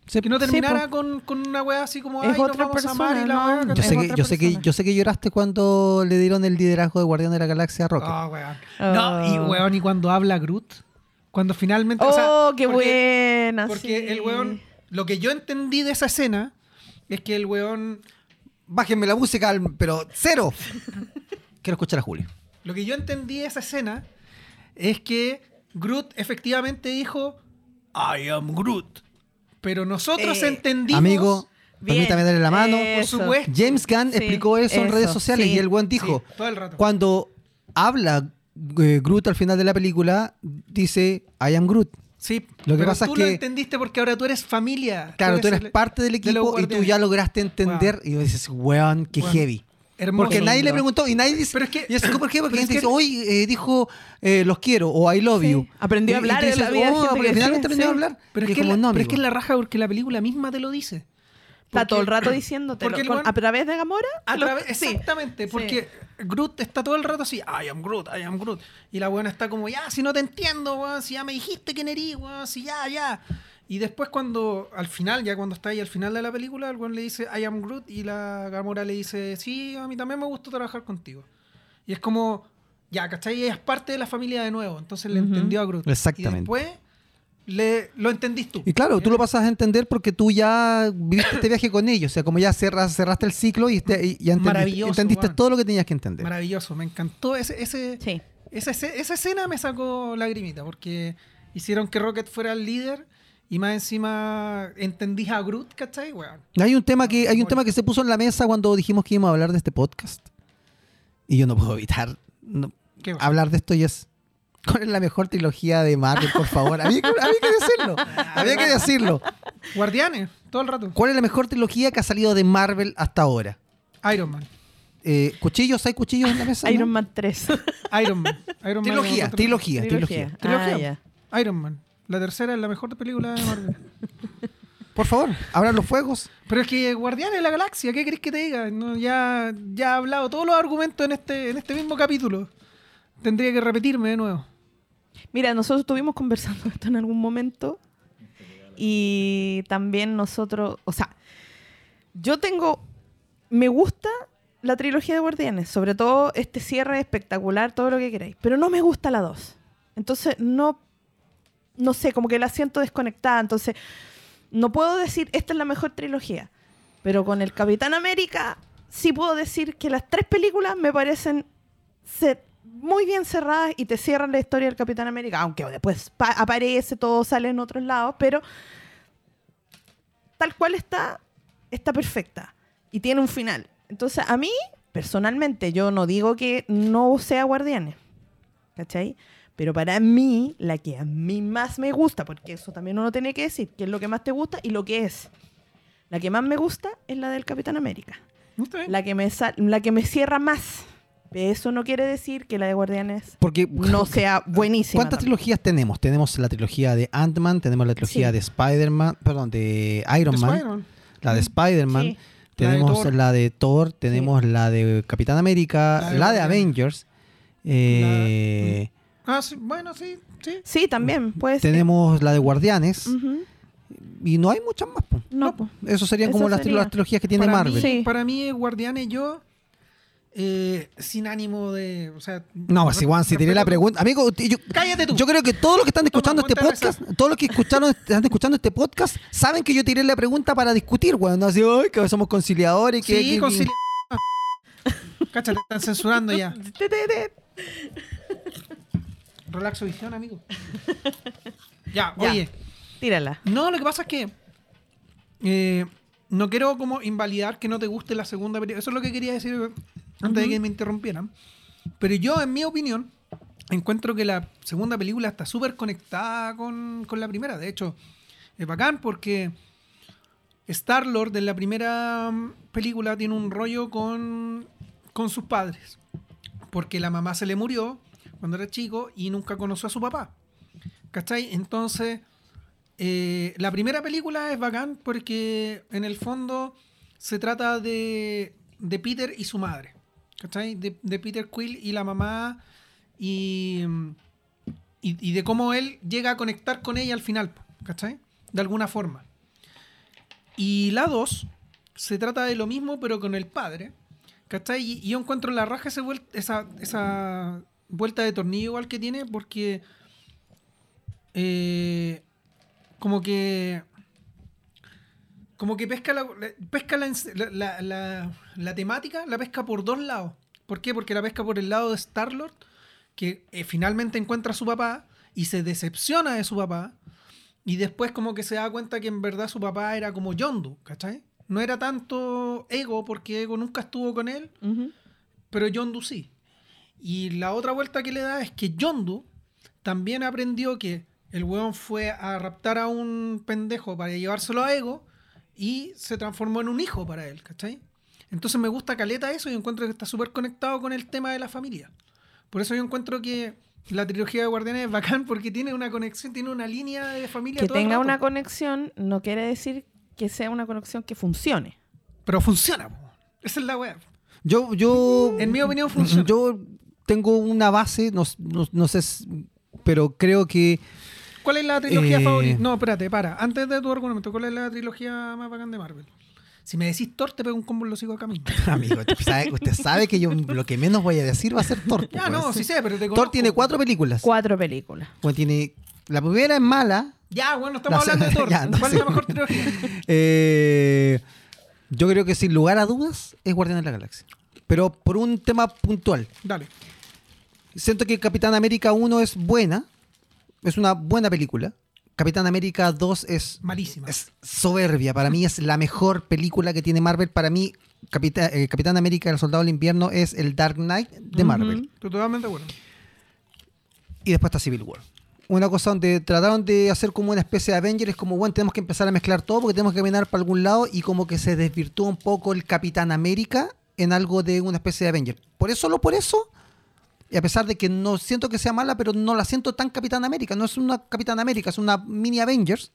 Sí. Que no terminara Sí, con, con una weá así como, Es ay, nos otra vamos a amar y persona, la ¿no? weá. Yo Es ¿cachai? sé, que, otra yo, sé que, persona. yo sé que lloraste cuando le dieron el liderazgo de Guardián de la Galaxia a Rocket. Ah, weón. Oh. No, y weón, y cuando habla Groot, cuando finalmente... ¡Oh, o sea, qué porque, buena! Porque sí. el weón, lo que yo entendí de esa escena es que el weón, Bájenme la música, al- pero cero. Quiero escuchar a Julio. lo que yo entendí de esa escena es que Groot efectivamente dijo, I am Groot. Pero nosotros Eh, entendimos... Amigo, Bien, permítame darle la mano. eso. Por supuesto. James Gunn Sí, explicó eso, en eso, redes sociales sí. y el buen dijo, Sí, todo el rato. cuando habla eh, Groot al final de la película, dice, I am Groot. Sí, Lo que pero pasa tú es lo que- entendiste porque ahora tú eres familia. Claro, tú eres el- parte del de los equipo y tú Guardianes. ya lograste entender Wow. y dices, weón, qué Weón, heavy. hermoso. Porque nadie le lindo. preguntó y nadie dice, Pero es que- y es súper heavy porque pero la es gente que- dice, hoy eh, dijo eh, los quiero o I love Sí. you. Aprendió a Y- y hablar tú en la vida, oh, gente porque que finalmente sí, aprendió a sí. hablar. Pero Y es, que como, la, no, pero es que amigo. es la raja porque la película misma te lo dice. Está Porque- todo el rato diciéndotelo. porque el con- weón- a través de Gamora. A lo- través- sí. exactamente, porque Groot está todo el rato así, I am Groot, I am Groot. Y la buena está como, ya, si no te entiendo, weón, si ya me dijiste quién eres, weón, si ya, ya. Y después cuando, al final, ya cuando está ahí al final de la película, el weón le dice, I am Groot, y la Gamora le dice, sí, a mí también me gustó trabajar contigo. Y es como, ya, ¿cachai? Ella es parte de la familia de nuevo, entonces le Ujú. entendió a Groot. Exactamente. Y después le, lo entendís tú. Y claro, tú lo pasas a entender porque tú ya viviste este viaje con ellos. O sea, como ya cerras, cerraste el ciclo y, este- y ya entendiste, Maravilloso, entendiste weón. todo lo que tenías que entender. Maravilloso, me encantó ese... ese Sí. Esa, ese- esa escena me sacó lagrimita porque hicieron que Rocket fuera el líder y más encima entendís a Groot, ¿cachai? Weón. Hay un tema que hay un Bueno. tema que se puso en la mesa cuando dijimos que íbamos a hablar de este podcast. Y yo no puedo evitar no- ¿Qué va? hablar de esto y es ¿cuál es la mejor trilogía de Marvel, por favor? Había que, había que decirlo. Había que decirlo. Guardianes, todo el rato. ¿Cuál es la mejor trilogía que ha salido de Marvel hasta ahora? Iron Man. Eh, ¿Cuchillos? ¿Hay cuchillos en la mesa? Iron ¿no? Man tres. Iron Man. Iron Man Trilogía, es otra- trilogía, trilogía. Trilogía. Ah, ya. Iron Man. La tercera es la mejor película de Marvel. Por favor, abran los fuegos. Pero es que Guardianes de la Galaxia, ¿qué querés que te diga? No, ya, ya he hablado todos los argumentos en este, en este mismo capítulo. Tendría que repetirme de nuevo. Mira, nosotros estuvimos conversando de esto en algún momento y también nosotros, o sea, yo tengo, me gusta la trilogía de Guardianes, sobre todo este cierre espectacular, todo lo que queráis, pero no me gusta la dos. Entonces, no, no sé, como que la siento desconectada, entonces no puedo decir esta es la mejor trilogía, pero con el Capitán América sí puedo decir que las tres películas me parecen ser muy bien cerradas y te cierran la historia del Capitán América, aunque después pa- aparece, todo sale en otros lados, pero tal cual está, está perfecta y tiene un final. Entonces, a mí, personalmente, yo no digo que no sea Guardianes, ¿cachai? Pero para mí, la que a mí más me gusta, porque eso también uno tiene que decir, qué es lo que más te gusta y lo que es. La que más me gusta es la del Capitán América. ¿Está bien? La que me, sal- la que me cierra más. Eso no quiere decir que la de Guardianes Porque no sea buenísima. ¿cuántas también. trilogías tenemos? Tenemos la trilogía de Ant-Man, tenemos la trilogía Sí. de Spider-Man, perdón, de Iron De Man, Spider-Man. la de Spider-Man, Sí. tenemos Thor. la de Thor, tenemos la de Capitán América, La la de de, Guardianes. Avengers, eh, Ah, sí, bueno, sí, sí. Sí, también, puede ser. tenemos la de Guardianes Ujú. y no hay muchas más. po. No, po. Eso serían Eso como las, sería. las trilogías que tiene para Marvel. Mí, Sí. Para mí, es Guardianes, yo, eh, sin ánimo de. O sea, No, si Juan, si tiré la respeto- pregunta. Amigo, yo, Cállate tú. yo creo que todos los que están escuchando Toma, este ponte a podcast, todos los que escucharon, están escuchando este podcast, saben que yo tiré la pregunta para discutir, weón. No así, "Ay, que somos conciliadores, que. Sí, que- concilia. Cacha, te están censurando ya. Te, te, te. Relaxo visión, amigo. Ya, Ya. oye. Tírala. No, lo que pasa es que eh, no quiero como invalidar que no te guste la segunda película. Eso es lo que quería decir antes de Ujú. que me interrumpieran. Pero yo, en mi opinión, encuentro que la segunda película está súper conectada con, con la primera. De hecho, es bacán porque Star-Lord en la primera mm, película tiene un rollo con, con sus padres. Porque la mamá se le murió cuando era chico y nunca conoció a su papá. ¿Cachai? Entonces, eh, la primera película es bacán porque en el fondo se trata de, de Peter y su madre. ¿Cachai? De, de Peter Quill y la mamá y, y, y de cómo él llega a conectar con ella al final. ¿Cachai? De alguna forma. Y la dos se trata de lo mismo, pero con el padre. ¿Cachai? Y, y yo encuentro la raja ese vuel- esa, esa vuelta de tornillo igual que tiene, porque eh, como que como que pesca la, pesca la, la, la, la temática, la pesca por dos lados. ¿Por qué? Porque la pesca por el lado de Star-Lord, que eh, finalmente encuentra a su papá y se decepciona de su papá, y después como que se da cuenta que en verdad su papá era como Yondu, ¿cachai? No era tanto Ego, porque Ego nunca estuvo con él, Ujú. pero Yondu sí. Y la otra vuelta que le da es que Yondu también aprendió que el weón fue a raptar a un pendejo para llevárselo a Ego y se transformó en un hijo para él, ¿cachai? Entonces me gusta caleta eso y encuentro que está súper conectado con el tema de la familia. Por eso yo encuentro que la trilogía de Guardianes es bacán porque tiene una conexión, tiene una línea de familia Que todo el tenga rato. una conexión no quiere decir que sea una conexión que funcione. Pero funciona, po. Esa es la weá. Yo, yo, En mi opinión funciona. Yo tengo una base, no, no, no sé, s- pero creo que ¿Cuál es la trilogía Eh. favorita? No, espérate, para. Antes de tu argumento, ¿cuál es la trilogía más bacán de Marvel? Si me decís Thor, te pego un combo y lo sigo acá mismo. amigo, usted sabe, usted sabe que yo lo que menos voy a decir va a ser Thor. Ya, pues, no, sí. sí sé, pero te Thor conozco. tiene cuatro películas. Cuatro películas. Bueno, tiene, la primera es mala. Ya, bueno, estamos No sé, hablando de Thor. ya, no ¿Cuál sé. es la mejor trilogía? Eh, yo creo que sin lugar a dudas es Guardián de la Galaxia. Pero por un tema puntual. Dale. Siento que Capitán América uno es buena. Es una buena película. Capitán América dos es, Malísima. es soberbia. Para mí es la mejor película que tiene Marvel. Para mí, Capitán, eh, Capitán América el Soldado del Invierno es el Dark Knight de Ujú. Marvel. Estoy totalmente de acuerdo. Y después está Civil War. Una cosa donde trataron de hacer como una especie de Avengers, es como, bueno, tenemos que empezar a mezclar todo porque tenemos que caminar para algún lado, y como que se desvirtuó un poco el Capitán América en algo de una especie de Avengers. Por eso, solo por eso, y a pesar de que no siento que sea mala, pero no la siento tan Capitán América. No es una Capitán América, es una mini Avengers.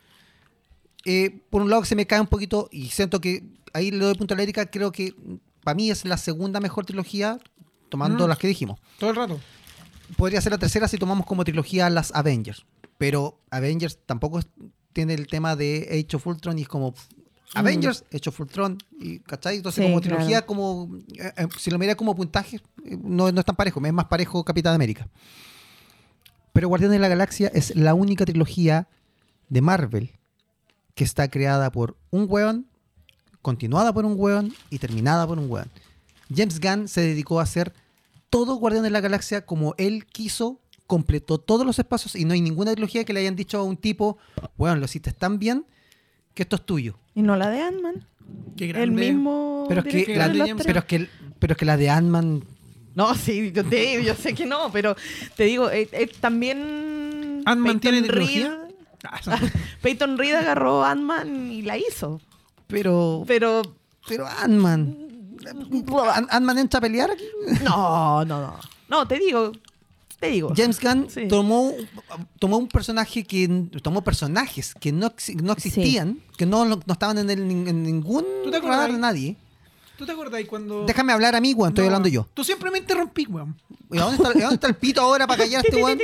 Eh, por un lado que se me cae un poquito, y siento que ahí le doy punto a la Erika, creo que para mí es la segunda mejor trilogía, tomando Mm. las que dijimos. Todo el rato. Podría ser la tercera si tomamos como trilogía las Avengers. Pero Avengers tampoco es- tiene el tema de Age of Ultron y es como Avengers, Age of Ultron, y, ¿cachai? Entonces Sí, como trilogía, claro. como eh, eh, si lo miras como puntaje, eh, no, no es tan parejo, es más parejo Capitán América. Pero Guardianes de la Galaxia es la única trilogía de Marvel que está creada por un weón, continuada por un weón y terminada por un weón. James Gunn se dedicó a hacer todo Guardianes de la Galaxia como él quiso, completó todos los espacios y no hay ninguna trilogía que le hayan dicho a un tipo, weón, lo hiciste tan bien que esto es tuyo. Y no la de Ant-Man. Qué El grande. mismo. Pero es que, director la, de los James- tres. pero es que, pero es que la de Ant-Man, No, sí, yo, te, yo sé que no, pero te digo, eh, eh, también. ¿Ant-Man Peyton tiene Reed- trilogía? Ah, eso- Peyton Reed agarró Ant-Man y la hizo. pero, Pero. pero Ant-Man. Ant- Ant-Man entra a pelear aquí. No, no, no. No, te digo. Te digo. James Gunn Sí. tomó, tomó un personaje que tomó personajes que no, exi- no existían, que no, no estaban en, el- en ningún ¿Tú te acuerdas? radar de nadie. ¿Tú te acuerdas cuando...? Déjame hablar a mí, weón, estoy No, hablando yo. Tú siempre me interrumpí, weón. ¿Y a dónde está, y a dónde está el pito ahora para callar a este weón?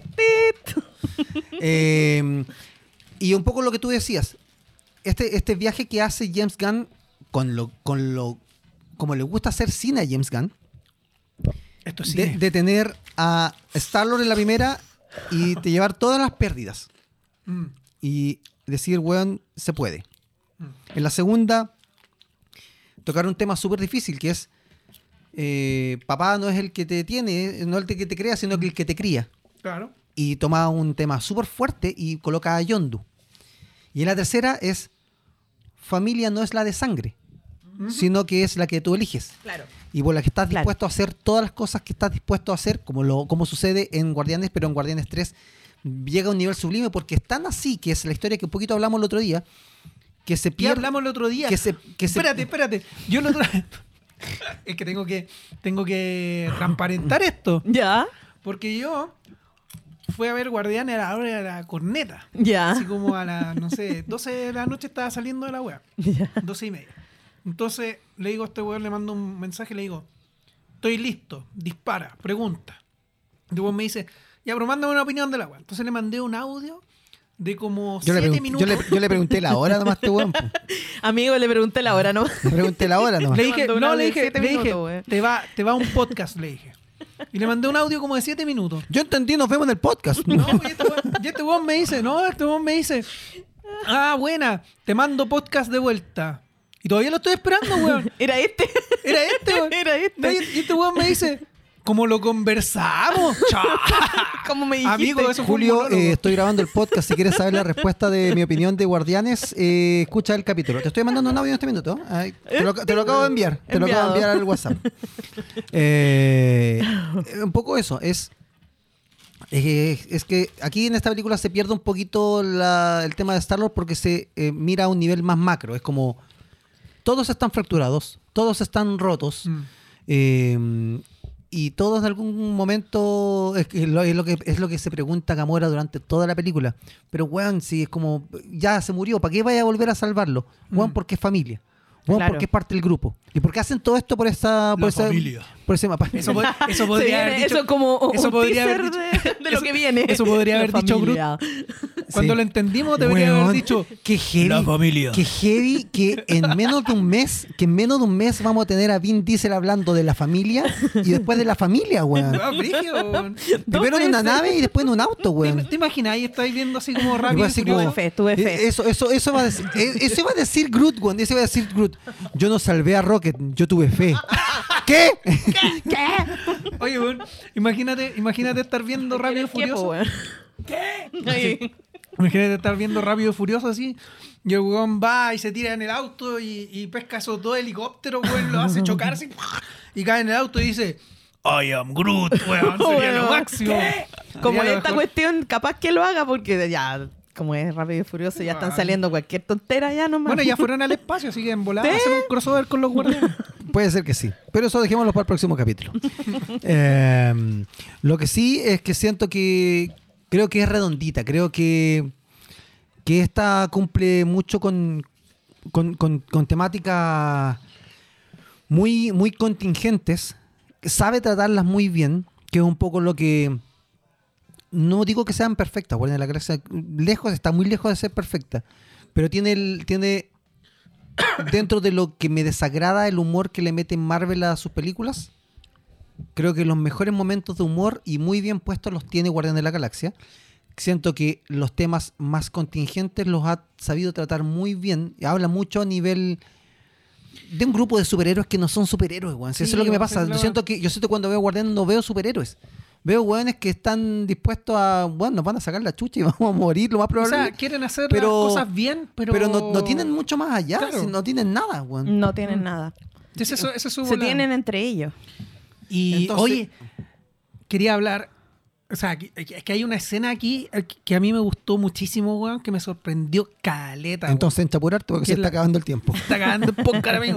Eh, y un poco lo que tú decías, este, este viaje que hace James Gunn con lo, con lo, como le gusta hacer cine a James Gunn, Esto sí. de, de tener a Star-Lord en la primera y de llevar todas las pérdidas Mm. y decir, weón, se puede. Mm. En la segunda, tocar un tema súper difícil que es, eh, papá no es el que te tiene, no es el que te crea, sino que el que te cría. Claro. Y toma un tema súper fuerte y coloca a Yondu. Y en la tercera es, familia no es la de sangre, Ujú. sino que es la que tú eliges. Claro. Y por la que estás Claro. dispuesto a hacer todas las cosas que estás dispuesto a hacer, como, lo, como sucede en Guardianes, pero en Guardianes tres llega a un nivel sublime porque es tan así, que es la historia que un poquito hablamos el otro día, que se ¿Qué pierde... hablamos el otro día? Que se, que se- Espérate, espérate. Yo el otro... es que tengo que tengo que transparentar esto. Ya. Porque yo fui a ver Guardianes a la hora de la corneta. Ya. Así como a las, no sé, doce de la noche estaba saliendo de la wea. Ya. doce y media. Entonces le digo a este weón, le mando un mensaje, le digo, estoy listo, dispara, pregunta. Y el weón me dice, ya, pero mándame una opinión de la wea. Entonces le mandé un audio de como Yo le, siete pregunté, minutos. yo, le, yo le pregunté la hora nomás a este weón. po. Amigo, le pregunté la hora, ¿no? Le pregunté la hora nomás. Le dije, mandó un no, audio le de dije, siete le dije minutos, güey. te, va, te va un podcast, le dije. Y le mandé un audio como de siete minutos. Yo entendí, nos vemos en el podcast. No, y este weón, y este weón me dice, no, este weón me dice, ah, buena, te mando podcast de vuelta. Y todavía lo estoy esperando, weón. Era este. Era este, weón. Era este. No, y, y este weón me dice, como lo conversamos. Chao. Como me dijiste. Amigo, eso fue un Julio, monólogo. eh, estoy grabando el podcast. Si quieres saber la respuesta de mi opinión de Guardianes, eh, escucha el capítulo. Te estoy mandando un audio en este minuto. Ay, te, lo, te lo acabo de enviar. Te lo acabo de enviar al WhatsApp. Eh, un poco eso. Es, eh, es que aquí en esta película se pierde un poquito la- el tema de Star-Lord porque se eh, mira a un nivel más macro. Es como todos están fracturados, todos están rotos. Mm. Eh, y todos en algún momento es, que lo, es, lo que, es lo que se pregunta Gamora durante toda la película. Pero, weón, si es como, ya se murió, ¿para qué vaya a volver a salvarlo? Weón, Mm. porque es familia. Weón, Claro. porque es parte del grupo. ¿Y por qué hacen todo esto por esa... Por La esa- familia. Por ese mapa. Eso, po- eso Se podría viene haber dicho. eso como eso un podría teaser haber dicho- de, de lo eso- que viene. eso podría La haber dicho familia. Cuando Sí. lo entendimos, debería Weón, haber dicho. qué heavy, La familia. Qué heavy que en menos de un mes, que en menos de un mes vamos a tener a Vin Diesel hablando de la familia y después de la familia, weón. Weón, brígido, weón. Primero en una veces. nave y después en un auto, ¿Te, weón. te imaginas? Ahí estáis viendo así como Y rápido. va y así furioso. como- Tuve fe, tuve fe. Eh, Eso, eso, eso, va a decir, eh, eso iba a decir Groot, weón. Eso iba a decir Groot. Yo no salvé a Rocket, yo tuve fe. ¿Qué? Oye, weón, imagínate, imagínate estar viendo Rápido y ¿Qué, po, Furioso. weón? Ahí. Imagínate estar viendo Rápido y Furioso así. Y el weón va y se tira en el auto y, y pesca esos dos helicópteros, weón, lo hace chocar así. Y cae en el auto y dice: I am Groot, weón. Sería lo Weón, máximo. Como Sería lo esta mejor. cuestión, capaz que lo haga porque ya, como es Rápido y Furioso, ya están Ah. saliendo cualquier tontera ya nomás. Bueno, ya fueron al espacio, así que en volada ¿Sí? hacen un crossover con los guardianes. Puede ser que sí. Pero eso dejémoslo para el próximo capítulo. Eh, lo que sí es que siento que creo que es redondita. Creo que, que esta cumple mucho con, con, con, con temáticas muy, muy contingentes. Sabe tratarlas muy bien, que es un poco lo que... No digo que sean perfectas, Guardianes de la Galaxia lejos, está muy lejos de ser perfecta, pero tiene, el, tiene dentro de lo que me desagrada el humor que le mete Marvel a sus películas, creo que los mejores momentos de humor y muy bien puestos los tiene Guardianes de la Galaxia. Siento que los temas más contingentes los ha sabido tratar muy bien. Habla mucho a nivel de un grupo de superhéroes que no son superhéroes, weón. Sí, Eso es lo que me weón, pasa. es la Yo siento que yo siento que cuando veo Guardianes no veo superhéroes. Veo weones que están dispuestos a, bueno, nos van a sacar la chucha y vamos a morir lo más O probable. sea, quieren hacer pero- las cosas bien, pero. pero no, no tienen mucho más allá, Claro. si no tienen nada, weón. No tienen nada. Entonces, eso, eso es su Se volada. tienen entre ellos. Y Entonces- oye, quería hablar. O sea, que, que hay una escena aquí que a mí me gustó muchísimo, weón, que me sorprendió caleta. Entonces, enchapurarte porque ¿Qué se es está la- acabando el tiempo. weón. Está cagando el podcast, amigo.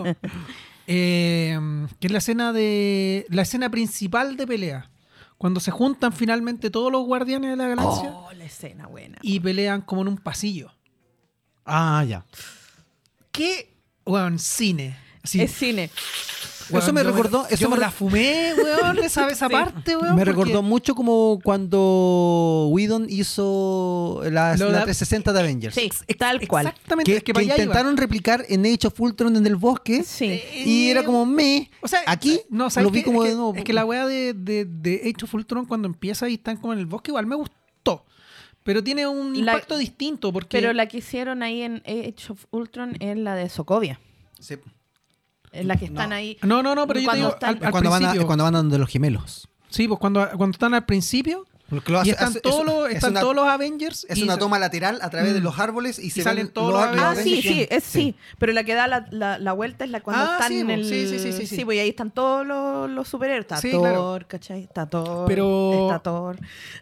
Eh, que es la escena de. La escena principal de pelea. Cuando se juntan finalmente todos los guardianes de la galaxia Oh, la escena buena. y pelean como en un pasillo. Ah, ya. ¿Qué, weón, cine? Así, Es cine. weón, Eso me yo recordó- la- eso yo me me re- la fumé, weón, esa, esa Sí. parte, weón. Me porque- recordó mucho como cuando Whedon hizo la, Lo la de- trescientos sesenta de Avengers. Sí, tal cual. Exactamente, Que, es que, que para allá iba. intentaron replicar en Age of Ultron en el bosque Sí. y era como me. O sea, Aquí no, ¿sabes lo vi qué? como es de que, nuevo. es que la weá de, de, de Age of Ultron cuando empieza y están como en el bosque igual me gustó. Pero tiene un La- impacto distinto porque... Pero la que hicieron ahí en Age of Ultron es la de Sokovia. Sí. Es la que están No. ahí. No, no, no, pero yo te Cuando digo están- al, al cuando, van a, principio. cuando van a donde los gemelos. Sí, pues cuando, cuando están al principio Porque lo y hace- están, hace- todos, es- los, es están una- todos los Avengers. Es y una se- toma lateral a través de Mm. los árboles y se salen ven todos los Ah, Avengers. sí, Avengers. sí, es sí. Pero la que da la, la, la vuelta es la cuando Ah, están sí, en po. el... Sí, sí, sí, sí, sí. pues y ahí están todos los, los superhéroes. Está Sí, Thor, claro. ¿cachai? Está Thor. Pero- Está Thor.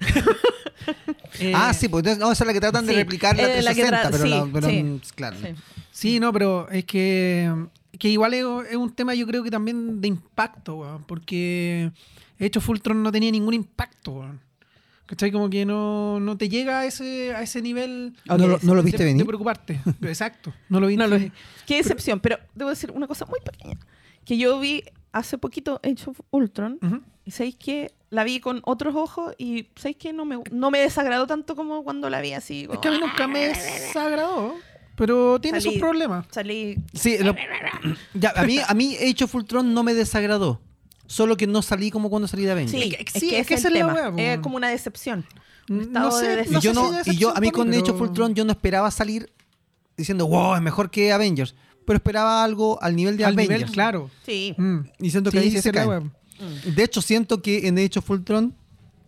Eh, Ah, sí, pues entonces, no, esa es la que tratan de Sí, replicar la eh, la que trescientos sesenta, tra- pero, sí, la- pero, sí, mm, claro. Sí. Sí, no, pero es que, que igual es, es un tema yo creo que también de impacto, weón, porque Age of Ultron no tenía ningún impacto, weón. ¿Cachai? Como que no, no te llega a ese, a ese nivel Ah, ¿no lo- no lo viste de, venir? de preocuparte. Exacto, no lo vi. No lo vi. Qué excepción, pero debo decir una cosa muy pequeña. Que yo vi hace poquito Age of Ultron Ujú. Y ¿sabéis qué? La vi con otros ojos y ¿sabéis qué? No me, no me desagradó tanto como cuando la vi así. Es Como, que a mí nunca me desagradó, pero tiene Salí- sus problemas. salí... Sí, lo- ya, a mí, a mí Age of Ultron no me desagradó. Solo que no salí como cuando salí de Avengers. Sí, Es que- es sí, que es que ese esa es el es la tema. wea, po. Es como una decepción. Un No estado sé, de no Y decepción. yo, sé no, si de y yo, a mí decepción con para mí, Age of pero- Ultron yo no esperaba salir diciendo, wow, es mejor que Avengers. Pero esperaba algo al nivel de Al Avengers. nivel, claro. Sí. Mm. Y siento que Sí, ahí sí, se esa es la cae. wea. De hecho, siento que en Age of Ultron...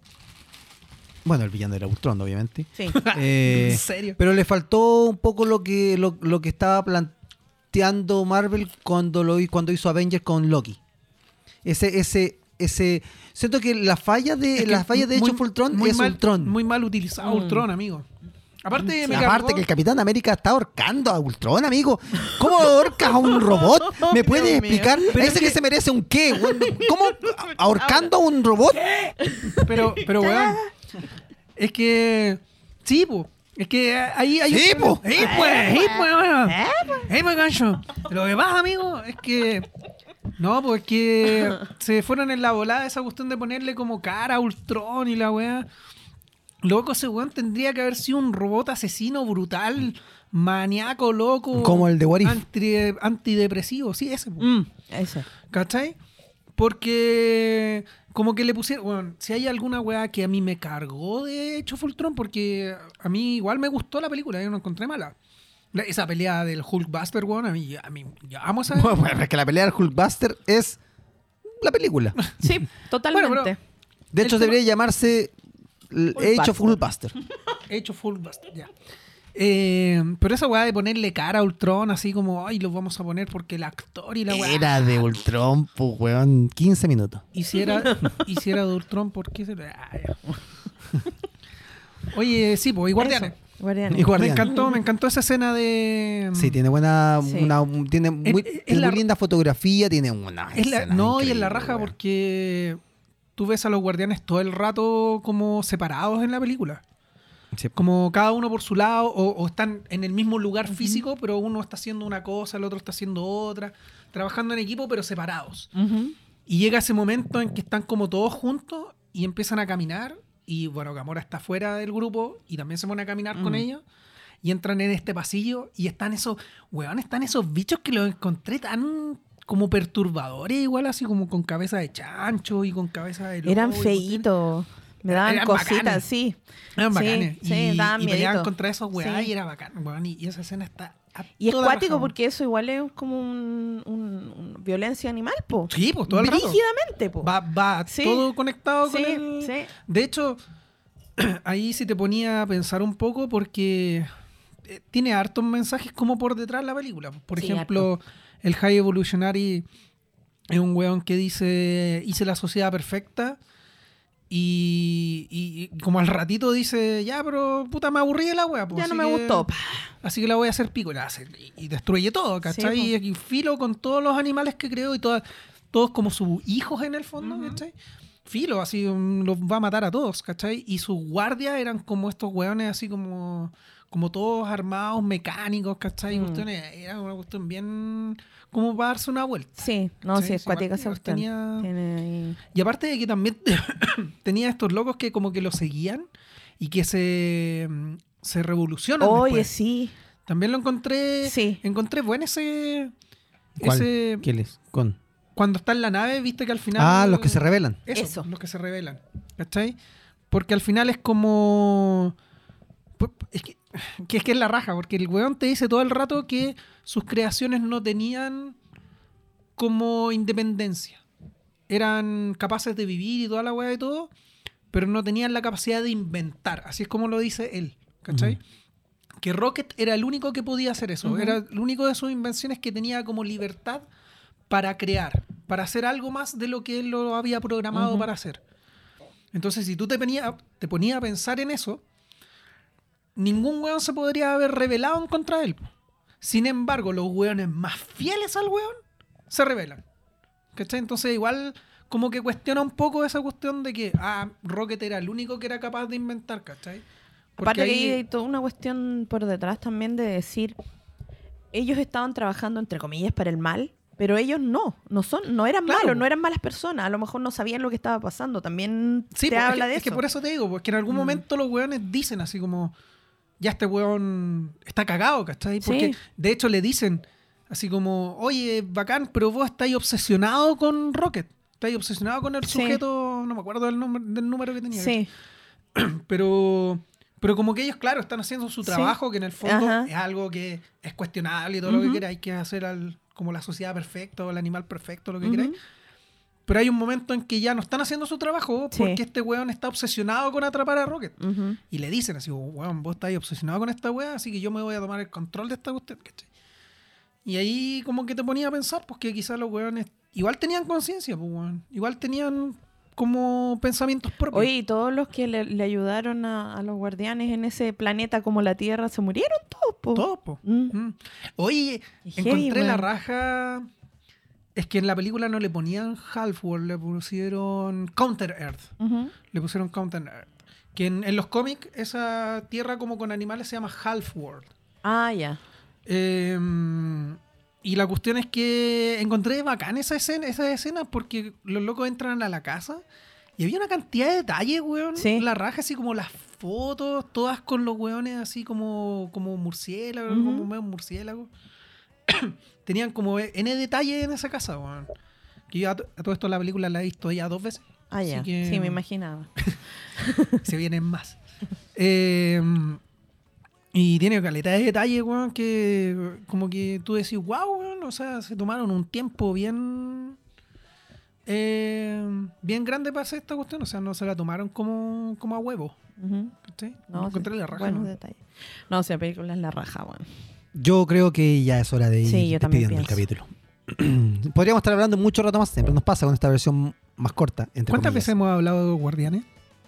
Bueno, el villano era Ultron, obviamente. Sí. Eh, ¿En serio? Pero le faltó un poco lo que, lo, lo que estaba planteando Marvel cuando, lo, cuando hizo Avengers con Loki. Ese... ese ese siento que la falla de Es que la falla de Age muy- of Ultron muy es mal, Ultron. Muy mal utilizado Mm. Ultron, amigo. Aparte, Sí, me aparte cargó- que el Capitán América está ahorcando a Ultron, amigo. ¿Cómo ahorcas a un robot? ¿Me puedes Dios mío. explicar? Pero Ese es que... que- se merece un qué. weón? ¿Cómo ahorcando a un robot? Pero, pero, weón. Es que. Sí, po. Es que ahí hay. Sí, un- po. Sí, pues. Sí, pues, weón. Sí, pues, gancho. Lo que pasa, amigo, es que. No, pues que se fueron en la volada esa cuestión de ponerle como cara a Ultron y la weá. Loco, ese weón tendría que haber sido un robot asesino brutal, maníaco, loco. Como el de What If. anti- antidepresivo, sí, ese. po. Mm, ese. ¿Cachai? Porque como que le pusieron, bueno, si hay alguna weá que a mí me cargó de Age of Ultron, porque a mí igual me gustó la película, yo no encontré mala. La- esa pelea del Hulkbuster, weón, a mí, a mí yo amo esa. Bueno, es que la pelea del Hulkbuster es la película. Sí, totalmente. Bueno, pero- De hecho, El tema- debería llamarse l- Age of Hulkbuster. Age of Hulkbuster, ya. Eh, pero esa weá de ponerle cara a Ultron, así como, ay, los vamos a poner porque el actor y la weá. Era de Ultron, pues, weón, quince minutos. Y si era, y si era de Ultron, ¿por qué se le.? Ah, ya. Oye, sí, pues, y Guardianes. Eso, Guardianes. Y Guardianes. Me encantó, me encantó esa escena de. Sí, tiene buena, Sí. una, tiene muy, Es- es tiene la- muy linda fotografía, tiene una Es la- escena no, y en increíble, la raja weón. porque tú ves a los guardianes todo el rato como separados en la película. Sí. Como cada uno por su lado, o, o están en el mismo lugar físico, pero uno está haciendo una cosa, el otro está haciendo otra, trabajando en equipo, pero separados. Ujú. Y llega ese momento en que están como todos juntos y empiezan a caminar. Y bueno, Gamora está fuera del grupo y también se pone a caminar con Mm. ellos. Y entran en este pasillo y están esos, weón, están esos bichos que los encontré tan como perturbadores, igual así como con cabeza de chancho y con cabeza de lobo. Eran y cuestiones. feitos. Me daban Eran cositas, bacanes. sí. Eran Sí, bacanes. sí, y, daban y peleaban miedito. contra esos weá Sí. y era bacán, weón. Y, y esa escena está a Y es toda cuático raja, porque eso igual es como un, un- un- violencia animal, po. Sí, pues todo el rato. Brígidamente, po. Va, va Sí. todo conectado con Sí, el... sí. De hecho, ahí sí te ponía a pensar un poco porque eh, tiene hartos mensajes como por detrás la película. Por Sí, ejemplo, el High Evolutionary es un weón que dice, hice la sociedad perfecta y, y- y como al ratito dice, ya, pero puta, me aburrí de la wea. pues, Ya no así me que- gustó. Así que la voy a hacer pico. Y, la hace- y- y destruye todo, ¿cachai? Sí, y, y filo con todos los animales que creó y todas, todos como sus hijos en el fondo, Ujú. ¿cachai? Filo, así um, los va a matar a todos, ¿cachai? Y sus guardias eran como estos hueones así como, como todos armados, mecánicos, ¿cachai? Mm. Cuestiones, era una cuestión bien como para darse una vuelta. Sí, no, Sí, sí, es sí, cuática esa igual cuestión. tenía- Tiene ahí- Y aparte de que también tenía estos locos que como que lo seguían y que se, mm, se revolucionan Oye, después. sí. También lo encontré. Sí. Encontré bueno ese. ¿Cuál? ese ¿Qué les? Con. cuando está en la nave, viste que al final. Ah, los que se revelan. Eso, Eso. los que se revelan. ¿Cachai? Porque al final es como. pu- Es que, que es que es la raja, porque el weón te dice todo el rato que sus creaciones no tenían como independencia. Eran capaces de vivir y toda la weá y todo, pero no tenían la capacidad de inventar. Así es como lo dice él. ¿Cachai? Ujú. Que Rocket era el único que podía hacer eso. Ujú. Era el único de sus invenciones que tenía como libertad para crear, para hacer algo más de lo que él lo había programado Ujú. para hacer. Entonces, si tú te ponías te ponía a pensar en eso, ningún weón se podría haber rebelado en contra de él. Sin embargo, los weones más fieles al weón se rebelan. ¿Cachai? Entonces, igual como que cuestiona un poco esa cuestión de que, ah, Rocket era el único que era capaz de inventar, ¿cachai? Porque Aparte que ahí- hay toda una cuestión por detrás también de decir, ellos estaban trabajando entre comillas para el mal, Pero ellos no, no son, no eran Claro. malos, no eran malas personas. A lo mejor no sabían lo que estaba pasando. También Sí, te pues, habla es, que, de es que eso. por eso te digo, porque en algún Mm. momento los weones dicen así como, ya este weón está cagado, ¿cachai? Sí. Porque de hecho le dicen así como, oye, bacán, pero vos estáis obsesionado con Rocket. Estáis obsesionado con el Sí. sujeto, no me acuerdo del, número del número que tenía. Sí, Pero, pero como que ellos, claro, están haciendo su Sí. trabajo, que en el fondo Ajá. es algo que es cuestionable y todo lo que Ujú. queráis, que hacer al, como la sociedad perfecta o el animal perfecto, lo que Ujú. queráis. Pero hay un momento en que ya no están haciendo su trabajo Sí. porque este weón está obsesionado con atrapar a Rocket. Ujú. Y le dicen así, weón, vos estáis obsesionado con esta weá, así que yo me voy a tomar el control de esta cuestión, ¿cachai? Y ahí como que te ponía a pensar, pues que quizás los weones igual tenían conciencia, pues weón. Igual tenían como pensamientos propios. Oye, y todos los que le, le ayudaron a, a los guardianes en ese planeta como la Tierra se murieron todos, po. Todos, po. Mm. Mm. Oye, Y heavy, encontré la weón. raja. Es que en la película no le ponían Half-World, le pusieron Counter-Earth. Ujú. Le pusieron Counter-Earth. Que en, en los cómics, esa tierra como con animales se llama Half-World. Ah, ya. Eh, y la cuestión es que encontré bacán esa escena, esa escena porque los locos entran a la casa y había una cantidad de detalles, weón. Sí. La raja, así como las fotos, todas con los weones así como, como murciélagos, Ujú. como medio murciélagos. Tenían como N detalles en esa casa, weón. Que yo a, to- a todo esto la película la he visto ya dos veces. Ah, Así ya. que- Sí, me imaginaba. Se vienen más. Eh, y tiene caleta de detalles, weón, que como que tú decís, wow, weón, o sea, se tomaron un tiempo bien eh, bien grande para hacer esta cuestión, o sea, no se la tomaron como, como a huevo. Ujú. ¿Cachai? No, Encontré sí, la raja. buenos ¿no? detalles. No, o sea, la película es la raja, bueno. Yo creo que ya es hora de ir Sí, yo también despidiendo el pienso. capítulo. Podríamos estar hablando mucho rato más, siempre nos pasa con esta versión más corta. Entre ¿Cuántas comillas. veces hemos hablado de Guardianes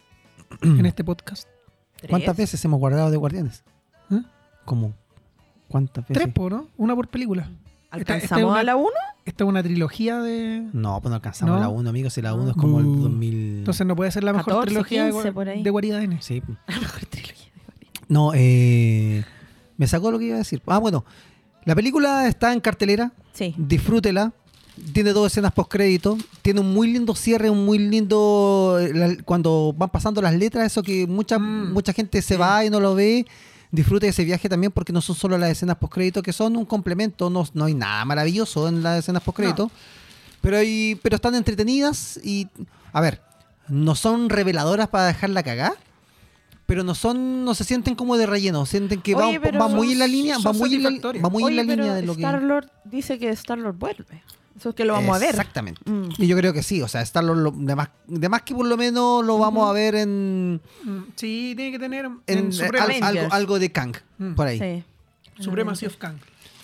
en este podcast? ¿Cuántas ¿Tres? veces hemos guardado de Guardianes? ¿Eh? ¿Cómo? ¿Cuántas veces? Tres, po, ¿no? Una por película. Esta- esta es ¿Alcanzamos una- a la uno? Esta es una trilogía de... No, pues no alcanzamos ¿No? la uno, amigos. Si la uno es como el Uh. dos mil. Entonces no puede ser la mejor catorce, trilogía de, quince Gua- por ahí. de Guarida N. Sí. pues. A la mejor trilogía. No, eh. Me sacó lo que iba a decir. Ah, bueno. La película está en cartelera. Sí. Disfrútela. Tiene dos escenas post crédito. Tiene un muy lindo cierre, un muy lindo. eh, la- cuando van pasando las letras, eso que mucha, Mm. mucha gente se Sí. va y no lo ve. Disfrute ese viaje también porque no son solo las escenas post crédito, que son un complemento. No, no hay nada maravilloso en las escenas post crédito. Pero, hay, pero están entretenidas y. A ver, no son reveladoras para dejarla cagar. Pero no son, no se sienten como de relleno, sienten que Oye, va, pero va muy son- en la línea, va son muy en la, satisfactorias. va muy en Oye, la pero línea de lo que. Star-Lord dice que Star-Lord vuelve. Eso es que lo vamos a ver. Exactamente. Mm. Y yo creo que sí, o sea, Star Lord, de más, de más que por lo menos lo vamos a ver en, Mm, Sí, tiene que tener en, en eh, Suprema- al- Avengers. algo, algo de Kang, Mm. por ahí. Sí. Supremacy of Kang.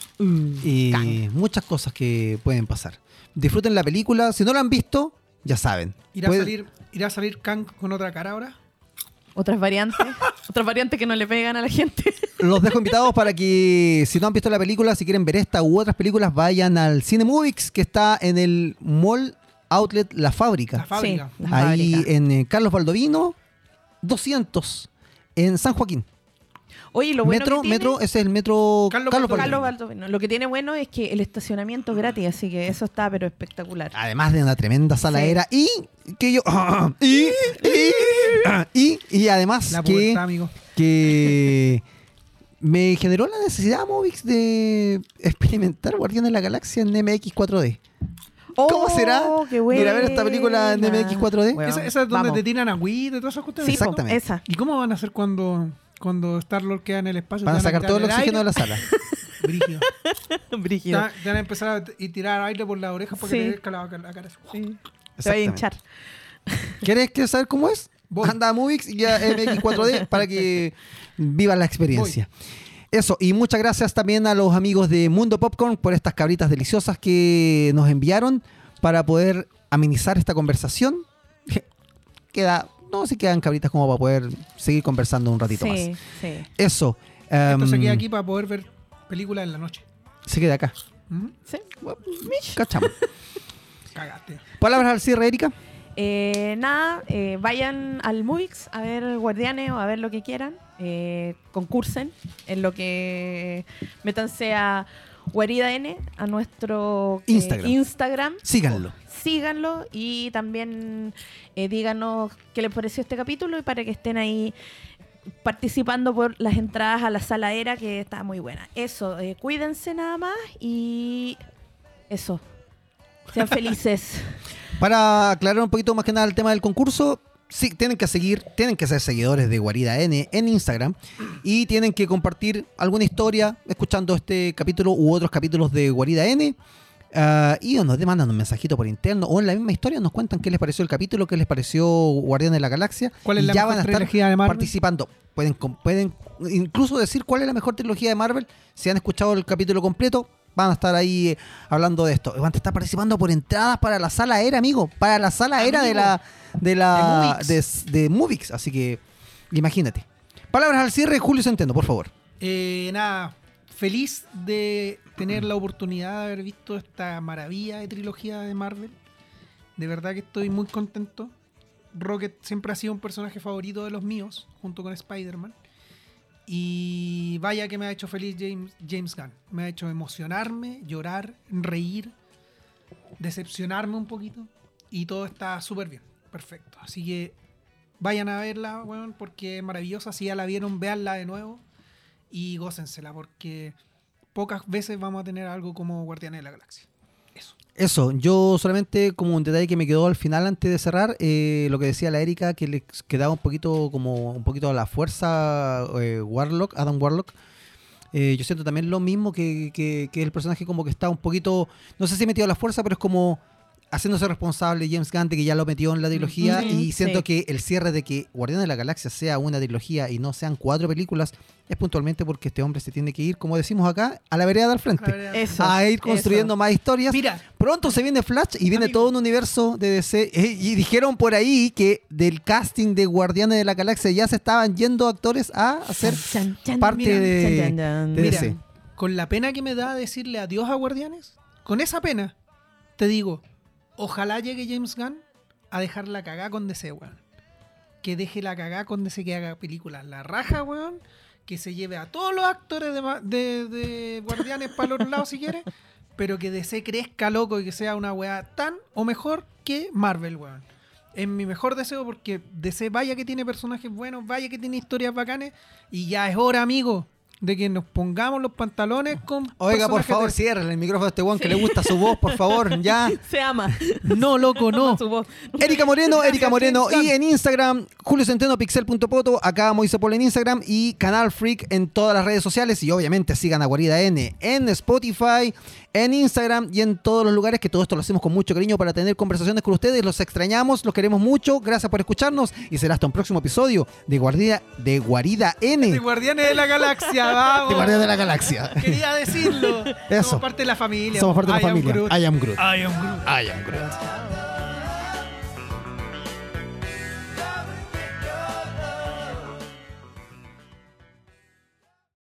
Y Kang. muchas cosas que pueden pasar. Disfruten la película, si no la han visto, ya saben. ¿Irá, Puede- a salir, ¿Irá a salir Kang con otra cara ahora? Otras variantes. Otras variantes que no le pegan a la gente. Los dejo invitados para que, si no han visto la película, si quieren ver esta u otras películas, vayan al Cinemovix, que está en el Mall Outlet La Fábrica. La fábrica. Sí, la Ahí fábrica. en eh, Carlos Baldovino, doscientos, en San Joaquín. Oye, lo bueno metro, que tiene, metro, ese es el metro Carlos Carlos, Baldovino. Carlos Baldovino. Baldovino. Lo que tiene bueno es que el estacionamiento es gratis, así que eso está pero espectacular. Además de una tremenda sala Sí. era y que yo y, y, y, y además La que, pubertad, amigo. que me generó la necesidad, Movix, de experimentar Guardianes de la Galaxia en M X cuatro D. ¿Cómo será Oh, qué ir a ver esta película en buena. M X cuatro D? Bueno, esa, esa es donde vamos. te tiran agüita y todas esas cuestiones. Sí, po, Exactamente. esa. ¿Y cómo van a hacer cuando, cuando Star-Lord queda en el espacio? Van a ¿Te sacar quitar todo el oxígeno de aire? la sala. Brígido. Te, Brígido. van- te van a empezar a t- y tirar aire por las orejas porque Sí. te crezca la, la cara. Sí. Se va a Exactamente. hinchar. ¿Quieres que saber cómo es? Voy. Anda a Movix y a M X cuatro D para que vivas la experiencia. Eso, y muchas gracias también a los amigos de Mundo Popcorn por estas cabritas deliciosas que nos enviaron para poder amenizar esta conversación. Queda, no sé si quedan cabritas como para poder seguir conversando un ratito más. Sí, sí. Eso. Esto se em, queda aquí para poder ver películas en la noche. Se queda acá. ¿Mm? Sí. Cachamos. Cagaste. Palabras al cierre, Erika. Eh, nada, eh, vayan al Movix a ver Guardianes o a ver lo que quieran. Eh, concursen en lo que métanse a Guarida N a nuestro eh, Instagram. Instagram. Síganlo. Síganlo y también eh, díganos qué les pareció este capítulo y para que estén ahí participando por las entradas a la sala Era, que está muy buena. Eso, eh, cuídense nada más y eso. Sean felices. Para aclarar un poquito más que nada el tema del concurso, sí, tienen que seguir, tienen que ser seguidores de Guarida N en Instagram y tienen que compartir alguna historia escuchando este capítulo u otros capítulos de Guarida N. Uh, y nos mandan un mensajito por interno o en la misma historia nos cuentan qué les pareció el capítulo, qué les pareció Guardianes de la Galaxia. ¿Cuál es y la ya mejor van a estar trilogía de Marvel? Participando. Pueden, pueden incluso decir cuál es la mejor trilogía de Marvel. Si han escuchado el capítulo completo, van a estar ahí eh, hablando de esto. Van a estar participando por entradas para la sala Era, amigo. Para la sala Era de la de la de de, de Movix. Así que imagínate. Palabras al cierre, Julio Centeno, por favor. Eh, nada, feliz de tener la oportunidad de haber visto esta maravilla de trilogía de Marvel. De verdad que estoy muy contento. Rocket siempre ha sido un personaje favorito de los míos, junto con Spider-Man. Y vaya que me ha hecho feliz James, James Gunn. Me ha hecho emocionarme, llorar, reír, decepcionarme un poquito. Y todo está súper bien, perfecto. Así que vayan a verla, bueno, porque es maravillosa. Si ya la vieron, véanla de nuevo y gócensela, porque pocas veces vamos a tener algo como Guardianes de la Galaxia. Eso. Eso, yo solamente como un detalle que me quedó al final antes de cerrar, eh, lo que decía la Erika, que le quedaba un poquito como un poquito a la fuerza eh, Warlock, Adam Warlock. Eh, yo siento también lo mismo que, que, que el personaje como que está un poquito, no sé si metido a la fuerza, pero es como haciéndose responsable James Gunn de que ya lo metió en la trilogía Mm-hmm, y siento sí. que el cierre de que Guardianes de la Galaxia sea una trilogía y no sean cuatro películas es puntualmente porque este hombre se tiene que ir, como decimos acá, a la vereda del frente. Eso, A ir construyendo eso. más historias. Mira, Pronto se viene Flash y viene Amigo. todo un universo de D C. Eh, y dijeron por ahí que del casting de Guardianes de la Galaxia ya se estaban yendo actores a hacer Chan, chan, parte mira, de- chan, chan, chan. de mira, D C. con la pena que me da decirle adiós a Guardianes, con esa pena, te digo, ojalá llegue James Gunn a dejar la cagá con D C, weón. Que deje la cagá con D C, que haga películas la raja, weón. Que se lleve a todos los actores de, ma- de, de Guardianes para el otro lado si quiere, pero que D C crezca, loco, y que sea una weá tan o mejor que Marvel, weón. Es mi mejor deseo porque D C vaya que tiene personajes buenos, vaya que tiene historias bacanes, y ya es hora, amigo, de que nos pongamos los pantalones con Oiga, por personajes favor, de- cierre el micrófono a este weón que le gusta su voz, por favor, ya. Se ama. No, loco, no. Su voz. Erika Moreno, Gracias, Erika Moreno. James Gunn. Y en Instagram, Julio Centeno, pixel punto poto. Acá Moise Pol en Instagram y Canal Freak en todas las redes sociales. Y obviamente sigan a Guarida N en Spotify, en Instagram y en todos los lugares, que todo esto lo hacemos con mucho cariño para tener conversaciones con ustedes. Los extrañamos, los queremos mucho. Gracias por escucharnos y será hasta un próximo episodio de Guardia, de Guarida N. De Guardianes de la Galaxia, vamos. De Guardia de la Galaxia. Quería decirlo. Eso. Somos parte de la familia. Somos parte de la I am familia. Groot. I am Groot. I am Groot. I am Groot.